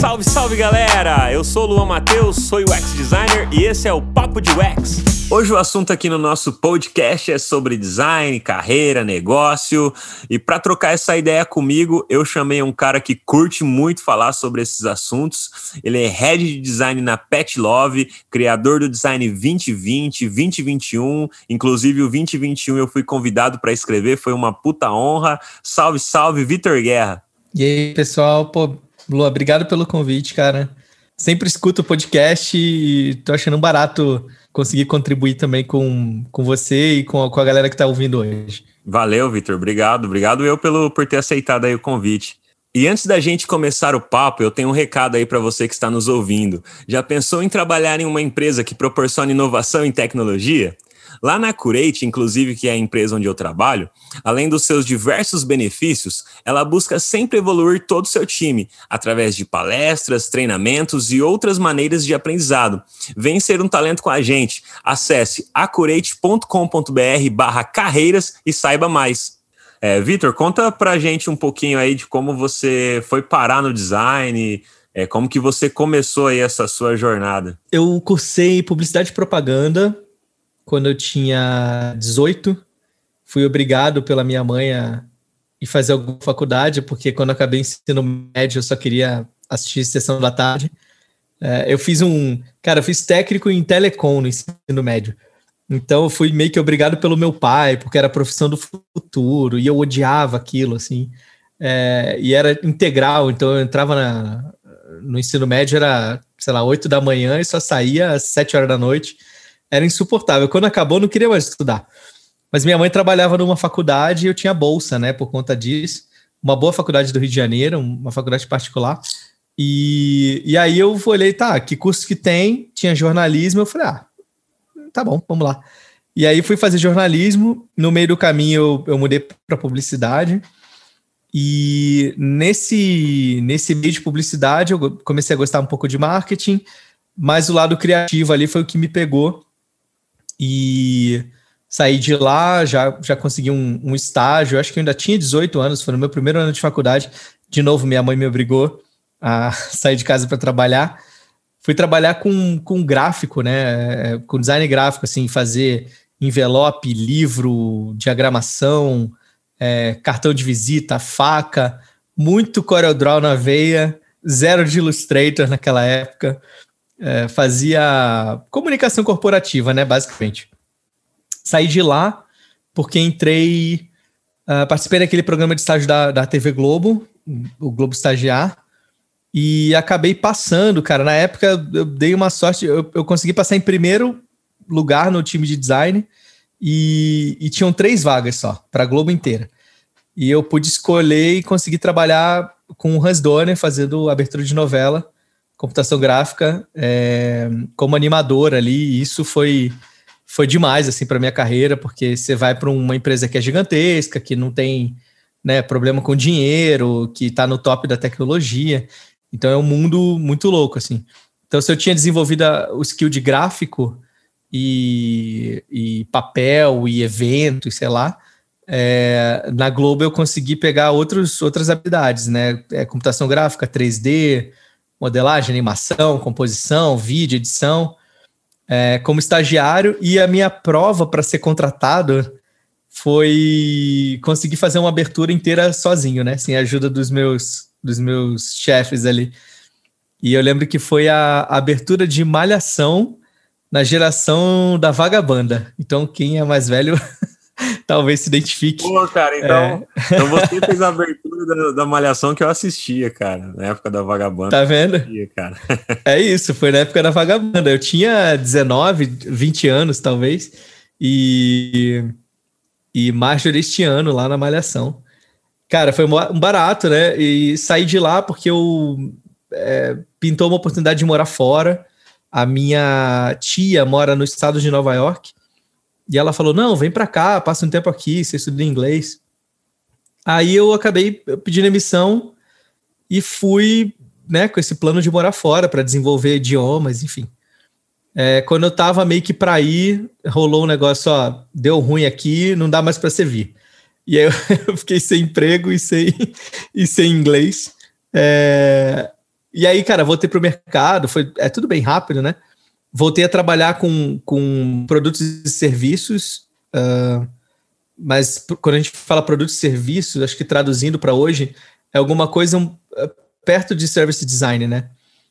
Salve, salve galera! Eu sou o Luan Matheus, sou UX Designer e esse é o Papo de UX. Hoje o assunto aqui no nosso podcast é sobre design, carreira, negócio. E para trocar essa ideia comigo, eu chamei um cara que curte muito falar sobre esses assuntos. Ele é Head de Design na Pet Love, criador do Design 2020, 2021. Inclusive o 2021 eu fui convidado para escrever, foi uma puta honra. Salve, salve, Vitor Guerra. E aí, pessoal? Pô, Lu, obrigado pelo convite, cara. Sempre escuto o podcast e tô achando um barato conseguir contribuir também com você e com a galera que tá ouvindo hoje. Valeu, Vitor. Obrigado. Obrigado eu por ter aceitado aí o convite. E antes da gente começar o papo, eu tenho um recado aí para você que está nos ouvindo. Já pensou em trabalhar em uma empresa que proporciona inovação em tecnologia? Lá na Curate, inclusive, que é a empresa onde eu trabalho, além dos seus diversos benefícios, ela busca sempre evoluir todo o seu time, através de palestras, treinamentos e outras maneiras de aprendizado. Vem ser um talento com a gente. Acesse acurate.com.br/carreiras e saiba mais. Vitor, conta pra gente um pouquinho aí de como você foi parar no design, como que você começou aí essa sua jornada. Eu cursei publicidade e propaganda quando eu tinha 18, fui obrigado pela minha mãe a ir fazer alguma faculdade, porque quando eu acabei o ensino médio eu só queria assistir sessão da tarde. Eu fiz técnico em telecom no ensino médio. Então eu fui meio que obrigado pelo meu pai, porque era a profissão do futuro, e eu odiava aquilo, assim. E era integral, então eu entrava no ensino médio, era, 8 da manhã e só saía às 7 horas da noite. Era insuportável. Quando acabou, eu não queria mais estudar. Mas minha mãe trabalhava numa faculdade e eu tinha bolsa, né, por conta disso. Uma boa faculdade do Rio de Janeiro, uma faculdade particular. E aí eu olhei, que curso que tem? Tinha jornalismo. Eu falei, tá bom, vamos lá. E aí fui fazer jornalismo. No meio do caminho eu mudei para publicidade. E nesse meio de publicidade eu comecei a gostar um pouco de marketing, mas o lado criativo ali foi o que me pegou. E saí de lá, já consegui um estágio. Eu acho que eu ainda tinha 18 anos, foi no meu primeiro ano de faculdade. De novo, minha mãe me obrigou a sair de casa para trabalhar. Fui trabalhar com gráfico, né? Com design gráfico, assim, fazer envelope, livro, diagramação, cartão de visita, faca, muito CorelDRAW na veia, zero de Illustrator naquela época. Fazia comunicação corporativa, né, basicamente. Saí de lá porque entrei, participei daquele programa de estágio da TV Globo, o Globo Estagiar, e acabei passando, cara. Na época eu dei uma sorte, eu consegui passar em primeiro lugar no time de design e tinham 3 vagas só, para a Globo inteira. E eu pude escolher e consegui trabalhar com o Hans Donner, fazendo abertura de novela, computação gráfica, como animador ali, e isso foi demais, assim, para minha carreira, porque você vai para uma empresa que é gigantesca, que não tem, né, problema com dinheiro, que está no top da tecnologia, então é um mundo muito louco, assim. Então, se eu tinha desenvolvido o skill de gráfico e papel e evento, e sei lá, na Globo eu consegui pegar outras habilidades, né, computação gráfica, 3D, modelagem, animação, composição, vídeo, edição, como estagiário. E a minha prova para ser contratado foi conseguir fazer uma abertura inteira sozinho, né? Sem a ajuda dos meus chefes ali. E eu lembro que foi a abertura de Malhação na geração da Vagabanda. Então, quem é mais velho talvez se identifique. Pô, cara, então você fez a abertura da Malhação que eu assistia, cara, na época da Vagabanda. Tá vendo? Assistia, cara. É isso, foi na época da Vagabanda. Eu tinha 19, 20 anos, talvez, e Marjorie este ano lá na Malhação. Cara, foi um barato, né? E saí de lá porque pintou uma oportunidade de morar fora. A minha tia mora no estado de Nova York. E ela falou, não, vem pra cá, passa um tempo aqui, você estuda inglês. Aí eu acabei pedindo emissão e fui, né, com esse plano de morar fora para desenvolver idiomas, enfim. Quando eu tava meio que pra ir, rolou um negócio, deu ruim aqui, não dá mais pra você vir. E aí eu fiquei sem emprego e sem inglês. E aí, cara, voltei pro mercado, é tudo bem rápido, né? Voltei a trabalhar com produtos e serviços, mas quando a gente fala produtos e serviços, acho que traduzindo para hoje, é alguma coisa perto de service design, né?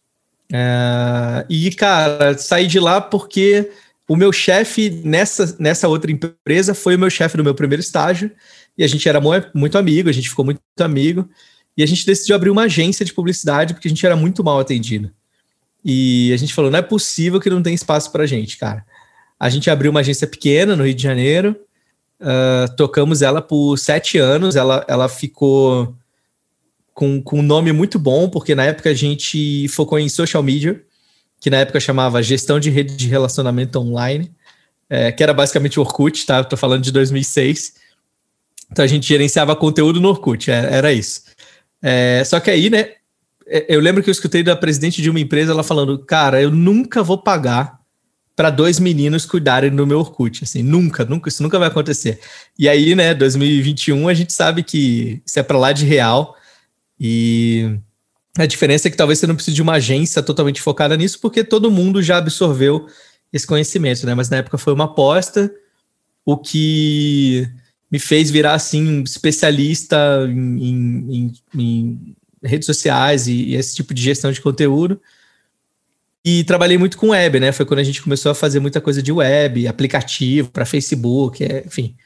E, cara, saí de lá porque o meu chefe nessa outra empresa foi o meu chefe no meu primeiro estágio, e a gente era muito amigo, a gente ficou muito amigo, e a gente decidiu abrir uma agência de publicidade porque a gente era muito mal atendido. E a gente falou, não é possível que não tem espaço pra gente, cara. A gente abriu uma agência pequena no Rio de Janeiro, tocamos ela por 7 anos, ela ficou com um nome muito bom, porque na época a gente focou em social media, que na época chamava Gestão de Rede de Relacionamento Online, que era basicamente o Orkut, tá? Tô falando de 2006. Então a gente gerenciava conteúdo no Orkut, era isso. Só que aí, né, eu lembro que eu escutei da presidente de uma empresa, ela falando, cara, eu nunca vou pagar para 2 meninos cuidarem do meu Orkut, assim, nunca, isso nunca vai acontecer. E aí, né, 2021, a gente sabe que isso é para lá de real, e a diferença é que talvez você não precise de uma agência totalmente focada nisso, porque todo mundo já absorveu esse conhecimento, né, mas na época foi uma aposta, o que me fez virar, assim, especialista em redes sociais e esse tipo de gestão de conteúdo. E trabalhei muito com web, né? Foi quando a gente começou a fazer muita coisa de web, aplicativo para Facebook, enfim.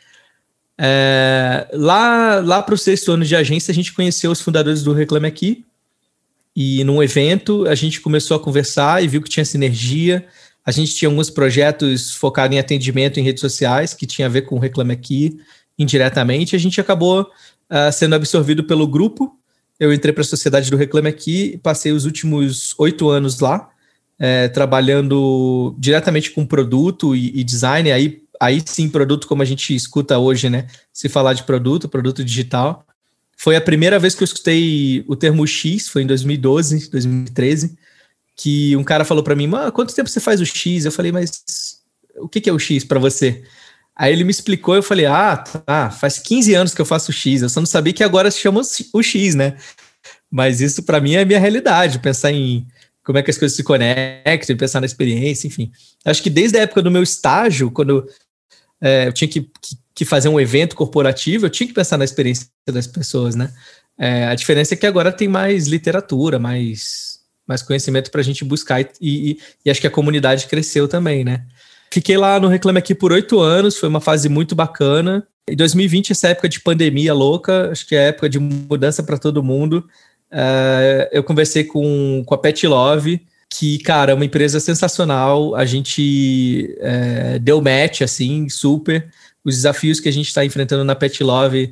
Lá para o 6º ano de agência, a gente conheceu os fundadores do Reclame Aqui. E num evento, a gente começou a conversar e viu que tinha sinergia. A gente tinha alguns projetos focados em atendimento em redes sociais, que tinha a ver com o Reclame Aqui indiretamente. A gente acabou sendo absorvido pelo grupo. Eu entrei para a sociedade do Reclame Aqui, passei os últimos 8 anos lá, trabalhando diretamente com produto e design, aí sim, produto como a gente escuta hoje, né? Se falar de produto digital. Foi a primeira vez que eu escutei o termo X, foi em 2012, 2013, que um cara falou para mim, quanto tempo você faz o X? Eu falei, mas o que é o X para você? Aí ele me explicou, eu falei, tá, faz 15 anos que eu faço o X, eu só não sabia que agora se chama o X, né? Mas isso para mim é a minha realidade, pensar em como é que as coisas se conectam, pensar na experiência, enfim. Acho que desde a época do meu estágio, quando eu tinha que fazer um evento corporativo, eu tinha que pensar na experiência das pessoas, né? A diferença é que agora tem mais literatura, mais conhecimento para a gente buscar e acho que a comunidade cresceu também, né? Fiquei lá no Reclame Aqui por 8 anos, foi uma fase muito bacana. Em 2020, essa época de pandemia louca, acho que é a época de mudança para todo mundo. Eu conversei com a Pet Love, que, cara, é uma empresa sensacional. A gente deu match, assim, super. Os desafios que a gente está enfrentando na Pet Love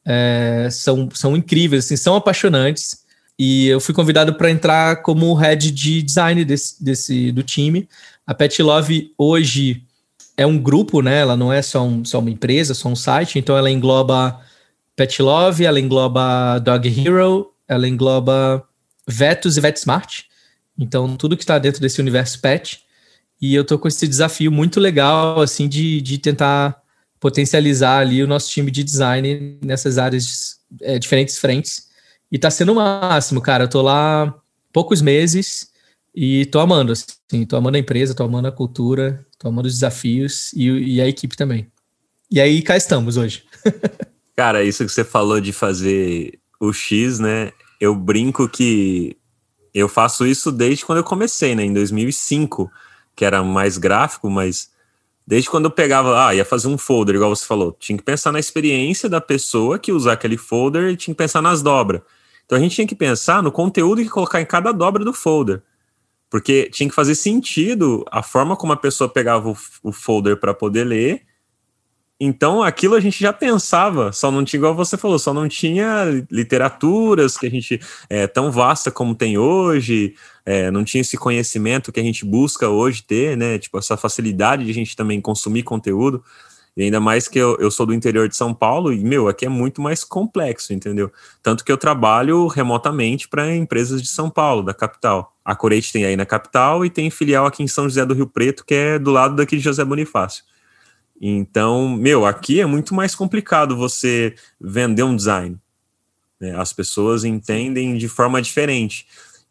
são incríveis, assim, são apaixonantes. E eu fui convidado para entrar como head de design do time. A Pet Love hoje é um grupo, né? Ela não é só uma empresa, só um site. Então ela engloba Pet Love, ela engloba Dog Hero, ela engloba Vetus e VetSmart. Então tudo que está dentro desse universo pet. E eu tô com esse desafio muito legal, assim, de tentar potencializar ali o nosso time de design nessas áreas, diferentes frentes. E tá sendo o máximo, cara. Eu tô lá poucos meses e tô amando, assim. Tô amando a empresa, tô amando a cultura, tô amando os desafios e a equipe também. E aí, cá estamos hoje. Cara, isso que você falou de fazer o X, né? Eu brinco que eu faço isso desde quando eu comecei, né? Em 2005, que era mais gráfico, mas desde quando eu pegava, ia fazer um folder, igual você falou, tinha que pensar na experiência da pessoa que usar aquele folder e tinha que pensar nas dobras. Então a gente tinha que pensar no conteúdo que colocar em cada dobra do folder, porque tinha que fazer sentido a forma como a pessoa pegava o folder para poder ler. Então aquilo a gente já pensava, só não tinha, igual você falou, só não tinha literaturas que a gente tão vasta como tem hoje, não tinha esse conhecimento que a gente busca hoje ter, né? Tipo, essa facilidade de a gente também consumir conteúdo. E ainda mais que eu sou do interior de São Paulo e, aqui é muito mais complexo, entendeu? Tanto que eu trabalho remotamente para empresas de São Paulo, da capital. A Corate tem aí na capital e tem filial aqui em São José do Rio Preto, que é do lado daqui de José Bonifácio. Então, aqui é muito mais complicado você vender um design, né? As pessoas entendem de forma diferente.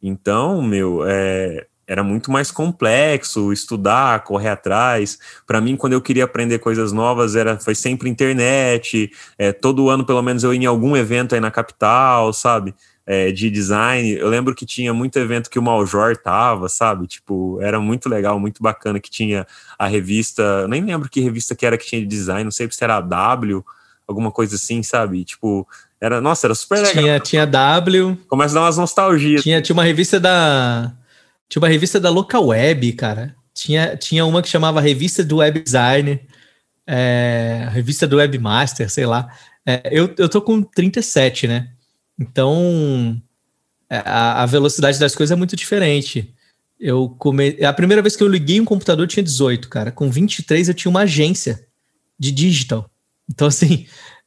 Então, era muito mais complexo estudar, correr atrás. Para mim, quando eu queria aprender coisas novas, foi sempre internet. Todo ano, pelo menos, eu ia em algum evento aí na capital, sabe? De design. Eu lembro que tinha muito evento que o Maljor tava, sabe? Tipo, era muito legal, muito bacana, que tinha a revista, nem lembro que revista que era que tinha de design, não sei se era a W, alguma coisa assim, sabe? Tipo, era super legal. Tinha W. Começa a dar umas nostalgias. Tinha uma revista da Local Web, cara. Tinha uma que chamava Revista do Web Design, Revista do Webmaster, sei lá. Eu tô com 37, né? Então, a velocidade das coisas é muito diferente. A primeira vez que eu liguei um computador eu tinha 18, cara. Com 23 eu tinha uma agência de digital. Então, assim,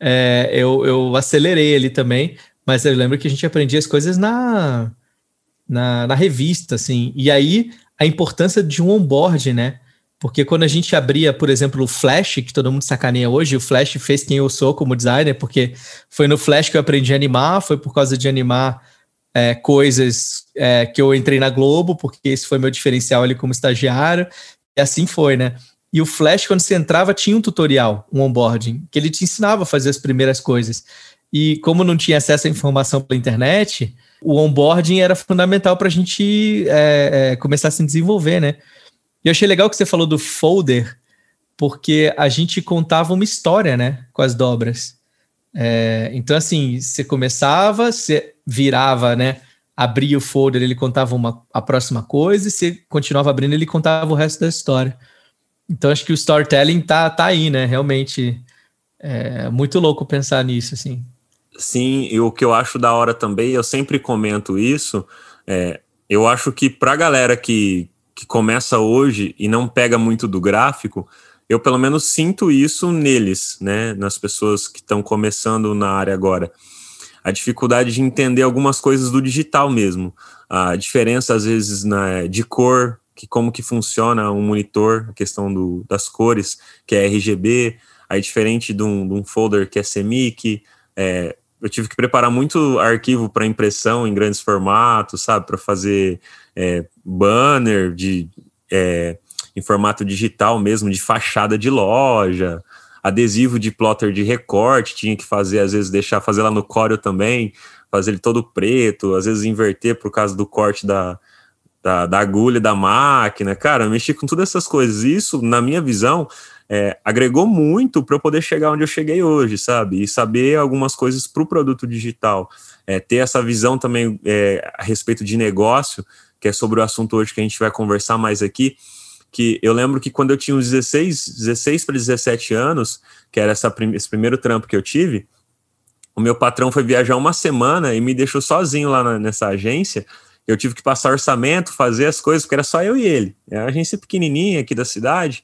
eu acelerei ali também, mas eu lembro que a gente aprendia as coisas na revista, assim. E aí, a importância de um onboard, né? Porque quando a gente abria, por exemplo, o Flash, que todo mundo sacaneia hoje, o Flash fez quem eu sou como designer, porque foi no Flash que eu aprendi a animar, foi por causa de animar coisas que eu entrei na Globo, porque esse foi meu diferencial ali como estagiário, e assim foi, né? E o Flash, quando você entrava, tinha um tutorial, um onboarding, que ele te ensinava a fazer as primeiras coisas. E como não tinha acesso à informação pela internet, o onboarding era fundamental para a gente começar a se desenvolver, né? E eu achei legal que você falou do folder, porque a gente contava uma história, né, com as dobras. Então, assim, você começava, você virava, né, abria o folder, ele contava a próxima coisa, e você continuava abrindo, ele contava o resto da história. Então, acho que o storytelling tá aí, né, realmente. É muito louco pensar nisso, assim. Sim, e o que eu acho da hora também, eu sempre comento isso, eu acho que pra galera que começa hoje e não pega muito do gráfico, eu pelo menos sinto isso neles, né, nas pessoas que estão começando na área agora. A dificuldade de entender algumas coisas do digital mesmo. A diferença, às vezes, de cor, como que funciona um monitor, a questão das cores, que é RGB, aí diferente de um folder que é CMYK. Eu tive que preparar muito arquivo para impressão em grandes formatos, sabe, para fazer banner em formato digital mesmo, de fachada de loja, adesivo de plotter de recorte, tinha que fazer, às vezes, fazer lá no Corel também, fazer ele todo preto, às vezes inverter por causa do corte da agulha da máquina. Cara, eu mexi com todas essas coisas. Isso, na minha visão, agregou muito para eu poder chegar onde eu cheguei hoje, sabe? E saber algumas coisas para o produto digital. Ter essa visão também a respeito de negócio, que é sobre o assunto hoje que a gente vai conversar mais aqui, que eu lembro que quando eu tinha uns 16 para 17 anos, que era esse primeiro trampo que eu tive, o meu patrão foi viajar uma semana e me deixou sozinho lá nessa agência. Eu tive que passar orçamento, fazer as coisas, porque era só eu e ele. É uma agência pequenininha aqui da cidade.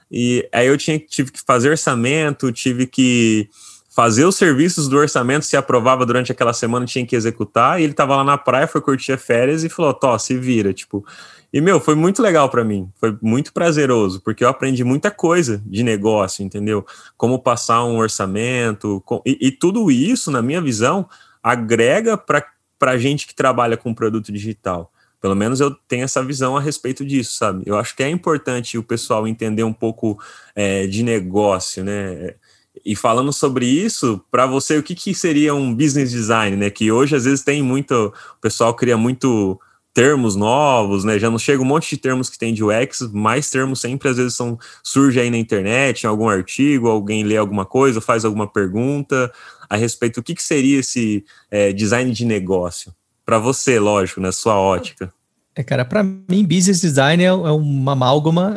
E aí eu tive que fazer orçamento, tive que fazer os serviços do orçamento, se aprovava durante aquela semana, tinha que executar. E ele tava lá na praia, foi curtir as férias e falou, Tó, se vira, tipo... E, foi muito legal para mim, foi muito prazeroso, porque eu aprendi muita coisa de negócio, entendeu? Como passar um orçamento, e tudo isso, na minha visão, agrega para gente que trabalha com produto digital. Pelo menos eu tenho essa visão a respeito disso, sabe? Eu acho que é importante o pessoal entender um pouco de negócio, né? E falando sobre isso, para você, o que seria um business design, né? Que hoje, às vezes, o pessoal cria muito termos novos, né? Já não chega um monte de termos que tem de UX, mais termos sempre, às vezes, surgem aí na internet, em algum artigo, alguém lê alguma coisa, faz alguma pergunta a respeito do que seria esse design de negócio. Para você, lógico, na sua ótica. Cara, para mim, business design é uma amálgama,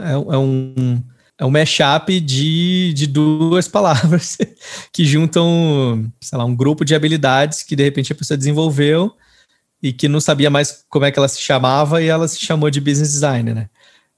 é um mashup de duas palavras que juntam, sei lá, um grupo de habilidades que, de repente, a pessoa desenvolveu e que não sabia mais como é que ela se chamava e ela se chamou de business designer, né?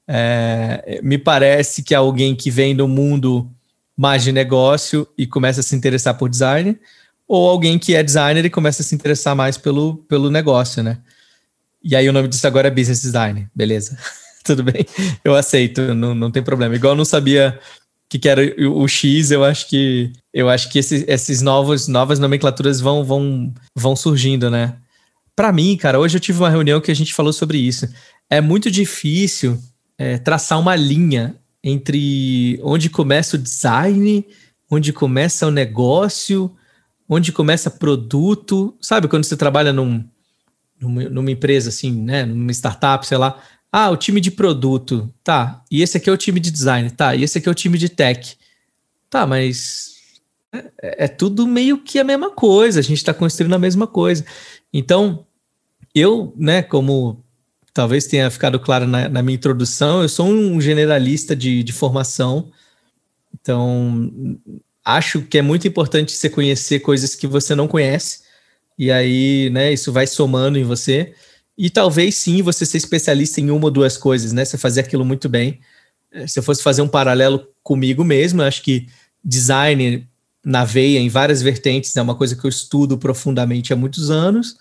Me parece que é alguém que vem do mundo mais de negócio e começa a se interessar por design, ou alguém que é designer e começa a se interessar mais pelo negócio, né? E aí o nome disso agora é business design, beleza? Tudo bem, eu aceito, não tem problema. Igual eu não sabia o que era o X, eu acho que esses novas nomenclaturas vão surgindo, né? para mim, cara, hoje eu tive uma reunião que a gente falou sobre isso. É muito difícil traçar uma linha entre onde começa o design, onde começa o negócio, onde começa produto. Sabe, quando você trabalha numa empresa assim, né, numa startup, sei lá. Ah, o time de produto, tá. E esse aqui é o time de design, tá. E esse aqui é o time de tech. Tá, mas é tudo meio que a mesma coisa. A gente está construindo a mesma coisa. Então, eu, né, como talvez tenha ficado claro na minha introdução, eu sou um generalista de formação. Então, acho que é muito importante você conhecer coisas que você não conhece. E aí, né, isso vai somando em você. E talvez sim você ser especialista em uma ou duas coisas, né? Você fazer aquilo muito bem. Se eu fosse fazer um paralelo comigo mesmo, eu acho que design na veia, em várias vertentes, é uma coisa que eu estudo profundamente há muitos anos,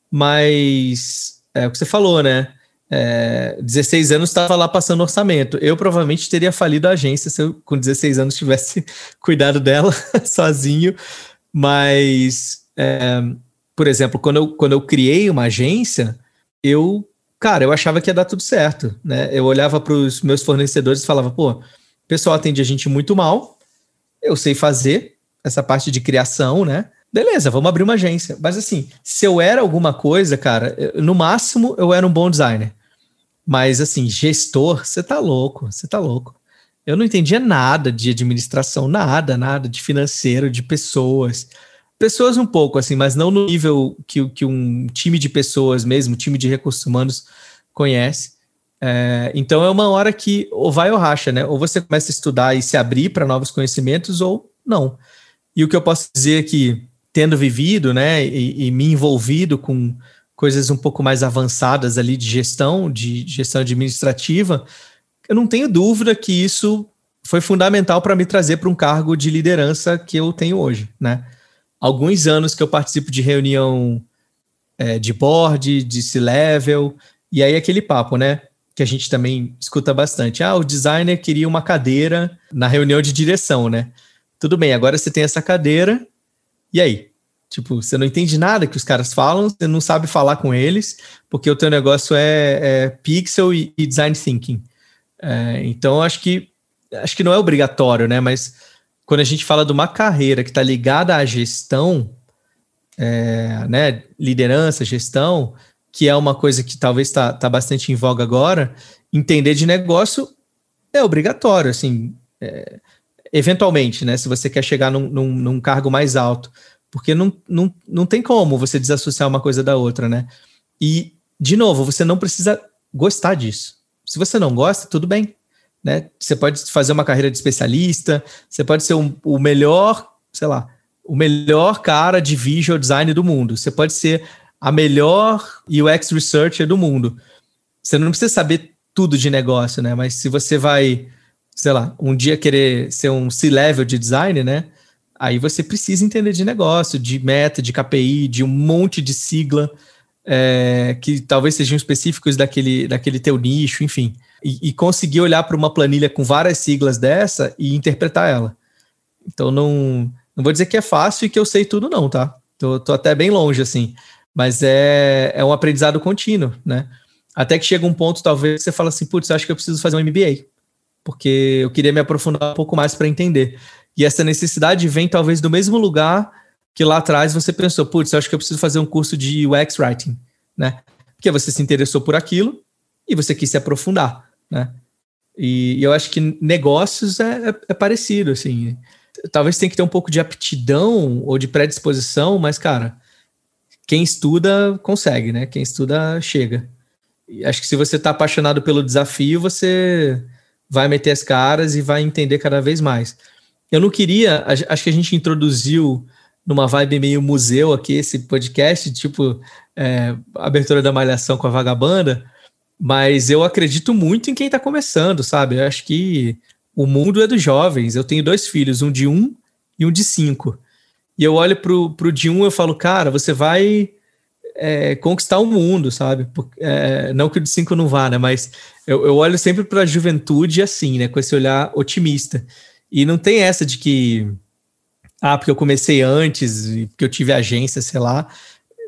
mas é o que você falou, né? 16 anos estava lá passando orçamento. Eu provavelmente teria falido a agência se eu, com 16 anos, tivesse cuidado dela sozinho, mas, por exemplo, quando eu criei uma agência, eu achava que ia dar tudo certo, né? Eu olhava para os meus fornecedores e falava, pô, o pessoal atende a gente muito mal, eu sei fazer essa parte de criação, né? Beleza, vamos abrir uma agência. Mas assim, se eu era alguma coisa, cara, no máximo eu era um bom designer. Mas assim, gestor, você tá louco. Eu não entendia nada de administração, nada de financeiro, de pessoas. Pessoas um pouco, assim, mas não no nível que um time de pessoas mesmo, time de recursos humanos conhece. Então é uma hora que ou vai ou racha, né? Ou você começa a estudar e se abrir para novos conhecimentos ou não. E o que eu posso dizer é que, tendo vivido, né, e me envolvido com coisas um pouco mais avançadas ali de gestão administrativa, eu não tenho dúvida que isso foi fundamental para me trazer para um cargo de liderança que eu tenho hoje, né? Alguns anos que eu participo de reunião de board, de C-level, e aí aquele papo, né? Que a gente também escuta bastante. O designer queria uma cadeira na reunião de direção, né? Tudo bem, agora você tem essa cadeira, e aí? Tipo, você não entende nada que os caras falam, você não sabe falar com eles, porque o teu negócio é pixel e design thinking. Então, acho que não é obrigatório, né? Mas quando a gente fala de uma carreira que está ligada à gestão, né, liderança, gestão, que é uma coisa que talvez está bastante em voga agora, entender de negócio é obrigatório, assim, eventualmente, né, se você quer chegar num cargo mais alto, porque não tem como você desassociar uma coisa da outra, né? E, de novo, você não precisa gostar disso. Se você não gosta, tudo bem, né? Você pode fazer uma carreira de especialista, você pode ser o melhor, sei lá, o melhor cara de visual design do mundo. Você pode ser a melhor UX researcher do mundo. Você não precisa saber tudo de negócio, né? Mas se você vai, sei lá, um dia querer ser um C-level de design, né? Aí você precisa entender de negócio, de meta, de KPI, de um monte de sigla que talvez sejam específicos daquele teu nicho, enfim. E conseguir olhar para uma planilha com várias siglas dessa e interpretar ela. Então, não vou dizer que é fácil e que eu sei tudo não, tá? Tô até bem longe, assim. Mas é um aprendizado contínuo, né? Até que chega um ponto, talvez, você fala assim, putz, acho que eu preciso fazer um MBA. Porque eu queria me aprofundar um pouco mais para entender. E essa necessidade vem, talvez, do mesmo lugar que lá atrás você pensou, putz, eu acho que eu preciso fazer um curso de UX Writing, né? Porque você se interessou por aquilo e você quis se aprofundar, né? E eu acho que negócios é parecido, assim. Talvez tenha que ter um pouco de aptidão ou de predisposição, mas, cara, quem estuda consegue, né? Quem estuda chega. E acho que se você está apaixonado pelo desafio, você vai meter as caras e vai entender cada vez mais. Eu não queria, acho que a gente introduziu numa vibe meio museu aqui esse podcast, tipo abertura da Malhação com a Vagabanda, mas eu acredito muito em quem está começando, sabe? Eu acho que o mundo é dos jovens. Eu tenho 2 filhos, um de 1 e um de 5. E eu olho pro de 1 e eu falo, cara, você vai conquistar o mundo, sabe? Não que o de 5 não vá, né? Mas eu olho sempre para a juventude assim, né? Com esse olhar otimista. E não tem essa de que porque eu comecei antes, porque eu tive agência, sei lá.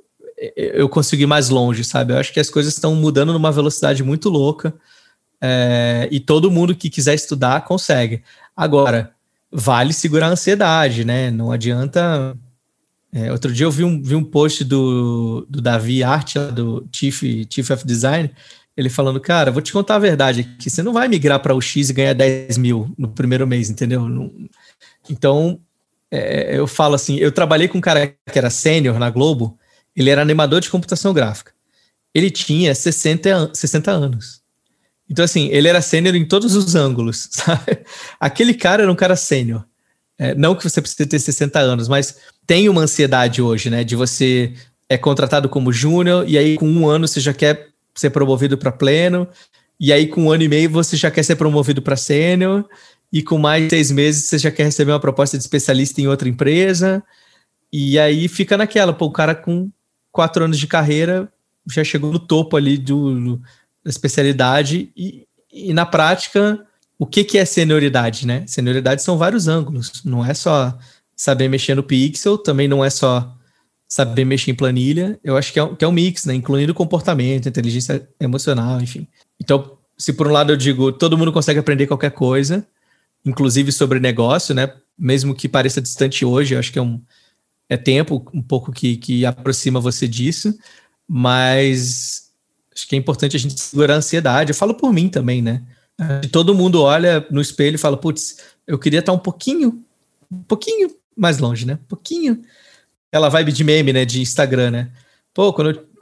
eu consigo ir mais longe, sabe? Eu acho que as coisas estão mudando numa velocidade muito louca, e todo mundo que quiser estudar consegue. Agora, vale segurar a ansiedade, né? Não adianta... outro dia eu vi um post do Davi Art, do Chief of Design, ele falando, cara, vou te contar a verdade aqui, você não vai migrar para o X e ganhar 10 mil no primeiro mês, entendeu? Então, eu falo assim, eu trabalhei com um cara que era sênior na Globo, ele era animador de computação gráfica. Ele tinha 60 anos. Então, assim, ele era sênior em todos os ângulos, sabe? Aquele cara era um cara sênior. Não que você precise ter 60 anos, mas tem uma ansiedade hoje, né? De você contratado como júnior, e aí com 1 ano você já quer ser promovido para pleno, e aí com 1 ano e meio você já quer ser promovido para sênior, e com mais de 6 meses você já quer receber uma proposta de especialista em outra empresa, e aí fica naquela, o cara com 4 anos de carreira já chegou no topo ali da especialidade, e na prática, o que é senioridade, né? Senioridade são vários ângulos, não é só saber mexer no pixel, também não é só saber mexer em planilha, eu acho que é um mix, né? Incluindo comportamento, inteligência emocional, enfim. Então, se por um lado eu digo, todo mundo consegue aprender qualquer coisa, inclusive sobre negócio, né? Mesmo que pareça distante hoje, eu acho que é tempo um pouco que aproxima você disso, mas acho que é importante a gente segurar a ansiedade. Eu falo por mim também, né? Todo mundo olha no espelho e fala, putz, eu queria estar um pouquinho mais longe, né? Um pouquinho. Aquela vibe de meme, né? De Instagram, né? Pô,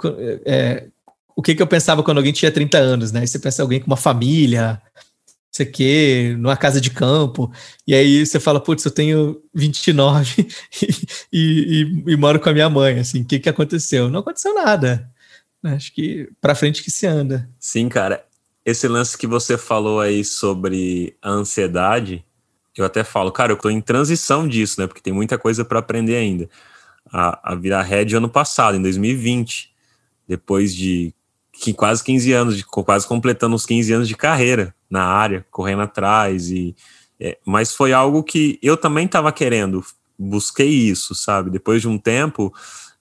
o que eu pensava quando alguém tinha 30 anos, né? Você pensa em alguém com uma família, não sei o quê, numa casa de campo, e aí você fala, putz, eu tenho 29 e moro com a minha mãe, assim, o que aconteceu? Não aconteceu nada. Acho que pra frente que se anda. Sim, cara. Esse lance que você falou aí sobre a ansiedade, eu até falo, cara, eu tô em transição disso, né? Porque tem muita coisa para aprender ainda. A virar head ano passado, em 2020, depois de quase 15 anos, quase completando os 15 anos de carreira na área, correndo atrás. Mas foi algo que eu também estava querendo, busquei isso, sabe? Depois de um tempo,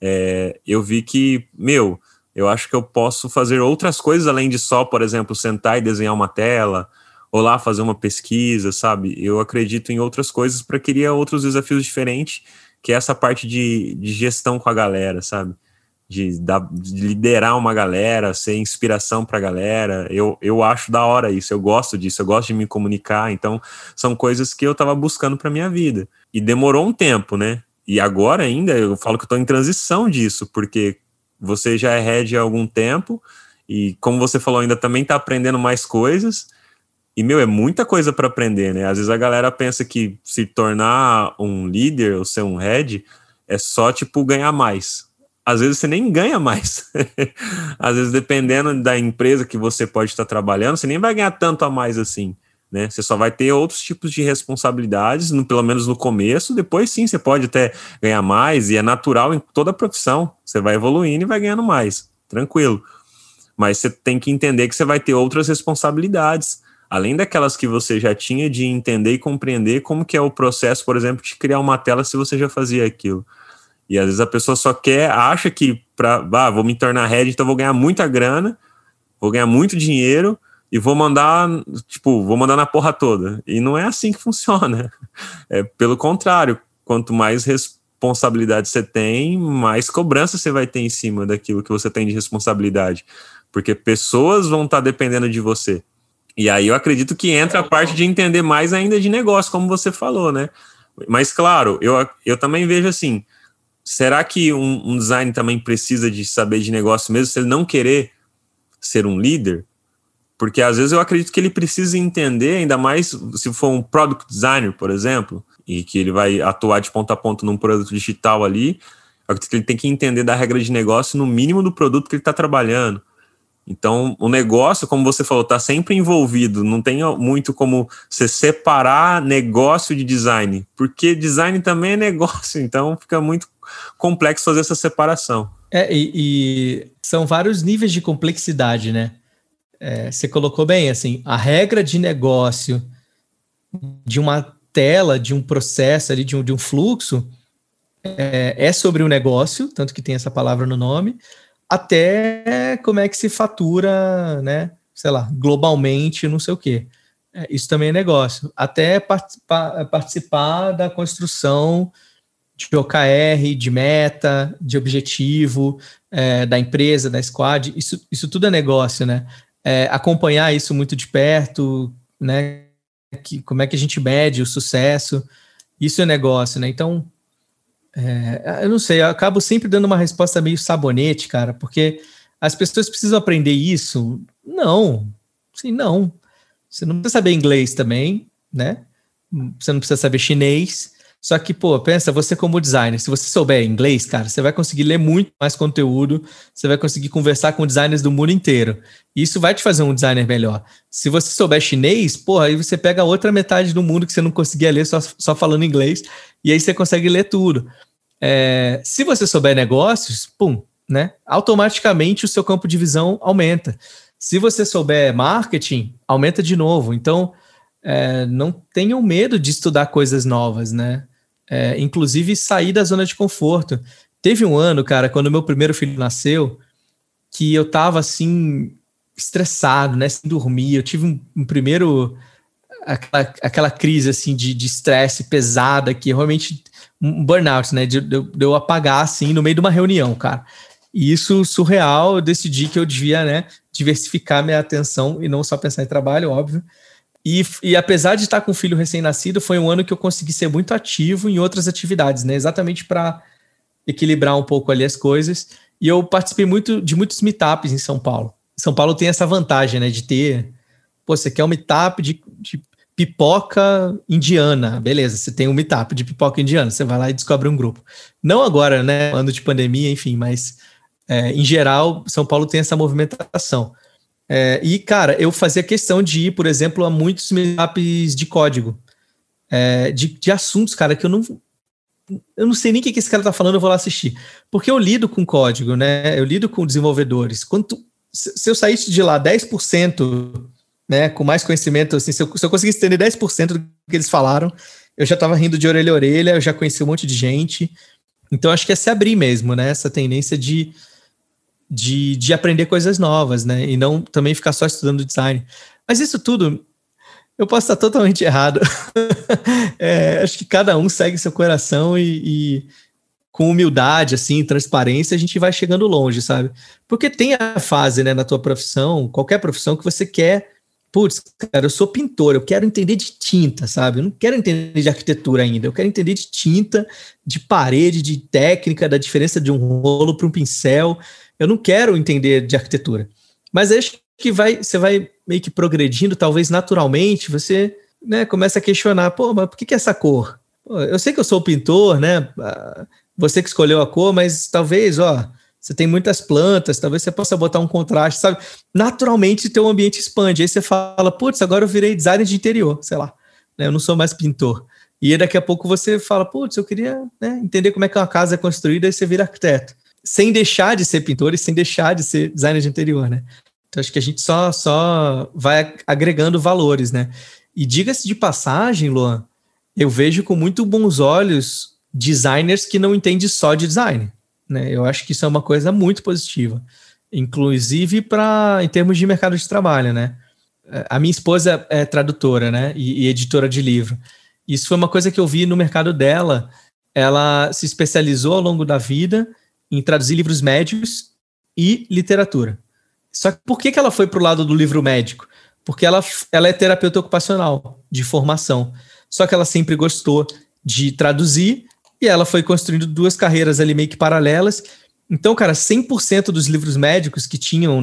eu vi que, eu acho que eu posso fazer outras coisas além de só, por exemplo, sentar e desenhar uma tela, ou lá fazer uma pesquisa, sabe? Eu acredito em outras coisas para criar outros desafios diferentes, que é essa parte de gestão com a galera, sabe? De liderar uma galera, ser inspiração para a galera. Eu acho da hora isso, eu gosto disso, eu gosto de me comunicar, então são coisas que eu estava buscando para minha vida. E demorou um tempo, né? E agora ainda eu falo que eu estou em transição disso, porque você já é head há algum tempo, e como você falou, ainda também está aprendendo mais coisas, e, é muita coisa para aprender, né? Às vezes a galera pensa que se tornar um líder ou ser um head é só, ganhar mais. Às vezes você nem ganha mais. Às vezes, dependendo da empresa que você pode estar trabalhando, você nem vai ganhar tanto a mais assim, né? Você só vai ter outros tipos de responsabilidades, pelo menos no começo. Depois, sim, você pode até ganhar mais, e é natural em toda a profissão. Você vai evoluindo e vai ganhando mais, tranquilo. Mas você tem que entender que você vai ter outras responsabilidades, além daquelas que você já tinha, de entender e compreender como que é o processo, por exemplo, de criar uma tela se você já fazia aquilo. E às vezes a pessoa só acha que vou me tornar head, então vou ganhar muita grana, vou ganhar muito dinheiro e vou mandar na porra toda. E não é assim que funciona. Pelo contrário, quanto mais responsabilidade você tem, mais cobrança você vai ter em cima daquilo que você tem de responsabilidade. Porque pessoas vão estar dependendo de você. E aí eu acredito que entra a parte de entender mais ainda de negócio, como você falou, né? Mas, claro, eu também vejo assim, será que um design também precisa de saber de negócio mesmo, se ele não querer ser um líder? Porque, às vezes, eu acredito que ele precisa entender, ainda mais se for um product designer, por exemplo, e que ele vai atuar de ponta a ponta num produto digital ali, eu acredito que ele tem que entender da regra de negócio no mínimo do produto que ele está trabalhando. Então, o negócio, como você falou, está sempre envolvido, não tem muito como você separar negócio de design, porque design também é negócio, então fica muito complexo fazer essa separação. E são vários níveis de complexidade, né? Você colocou bem, assim, a regra de negócio de uma tela, de um processo ali, de um fluxo, é sobre o negócio, tanto que tem essa palavra no nome, até como é que se fatura, né, sei lá, globalmente, não sei o quê. Isso também é negócio. Até participar da construção de OKR, de meta, de objetivo, da empresa, da squad, isso tudo é negócio, né? Acompanhar isso muito de perto, né? Como é que a gente mede o sucesso, isso é negócio, né? Então, eu não sei, eu acabo sempre dando uma resposta meio sabonete, cara, porque as pessoas precisam aprender isso? Não, sim, não. Você não precisa saber inglês também, né? Você não precisa saber chinês. Só que, pô, pensa, você como designer, se você souber inglês, cara, você vai conseguir ler muito mais conteúdo, você vai conseguir conversar com designers do mundo inteiro. E isso vai te fazer um designer melhor. Se você souber chinês, pô, aí você pega a outra metade do mundo que você não conseguia ler só falando inglês, e aí você consegue ler tudo. Se você souber negócios, pum, né? Automaticamente o seu campo de visão aumenta. Se você souber marketing, aumenta de novo. Então, não tenham medo de estudar coisas novas, né? Inclusive sair da zona de conforto. Teve um ano, cara, quando meu primeiro filho nasceu, que eu tava assim, estressado, né? Sem dormir. Eu tive um primeiro, aquela crise assim de estresse pesada, que realmente um burnout, né? De eu apagar assim no meio de uma reunião, cara. E isso surreal, eu decidi que eu devia, né, diversificar minha atenção e não só pensar em trabalho, óbvio. E apesar de estar com um filho recém-nascido, foi um ano que eu consegui ser muito ativo em outras atividades, né? Exatamente para equilibrar um pouco ali as coisas. E eu participei de muitos meetups em São Paulo. São Paulo tem essa vantagem, né? De ter... Pô, você quer um meetup de pipoca indiana. Beleza, você tem um meetup de pipoca indiana. Você vai lá e descobre um grupo. Não agora, né? Ano de pandemia, enfim, mas... em geral, São Paulo tem essa movimentação. E, cara, eu fazia questão de ir, por exemplo, a muitos meetups de código, de assuntos, cara, que eu não sei nem o que esse cara tá falando, eu vou lá assistir. Porque eu lido com código, né? Eu lido com desenvolvedores. Se eu saísse de lá 10%, né, com mais conhecimento, assim, se eu conseguisse entender 10% do que eles falaram, eu já tava rindo de orelha a orelha, eu já conheci um monte de gente. Então, acho que é se abrir mesmo, né? Essa tendência de aprender coisas novas, né? E não também ficar só estudando design. Mas isso tudo, eu posso estar totalmente errado. Acho que cada um segue seu coração e com humildade, assim, transparência, a gente vai chegando longe, sabe? Porque tem a fase, né, na tua profissão, qualquer profissão que você quer... Putz, cara, eu sou pintor, eu quero entender de tinta, sabe? Eu não quero entender de arquitetura ainda, eu quero entender de tinta, de parede, de técnica, da diferença de um rolo para um pincel. Eu não quero entender de arquitetura. Mas acho que você vai meio que progredindo, talvez naturalmente, você, né, começa a questionar, pô, mas por que essa cor? Pô, eu sei que eu sou o pintor, né? Você que escolheu a cor, mas talvez, você tem muitas plantas, talvez você possa botar um contraste, sabe? Naturalmente, teu ambiente expande. Aí você fala, putz, agora eu virei designer de interior, sei lá. Né? Eu não sou mais pintor. E aí daqui a pouco você fala, putz, eu queria, né, entender como é que uma casa é construída, e você vira arquiteto. Sem deixar de ser pintor e sem deixar de ser designer de interior, né? Então, acho que a gente só vai agregando valores, né? E diga-se de passagem, Luan, eu vejo com muito bons olhos designers que não entendem só de design. Né? Eu acho que isso é uma coisa muito positiva, inclusive em termos de mercado de trabalho, né? A minha esposa é tradutora, né? E editora de livro. Isso foi uma coisa que eu vi no mercado dela. Ela se especializou ao longo da vida em traduzir livros médicos e literatura. Só que por que ela foi para o lado do livro médico? Porque ela é terapeuta ocupacional, de formação. Só que ela sempre gostou de traduzir. E ela foi construindo duas carreiras ali meio que paralelas. Então, cara, 100% dos livros médicos que tinham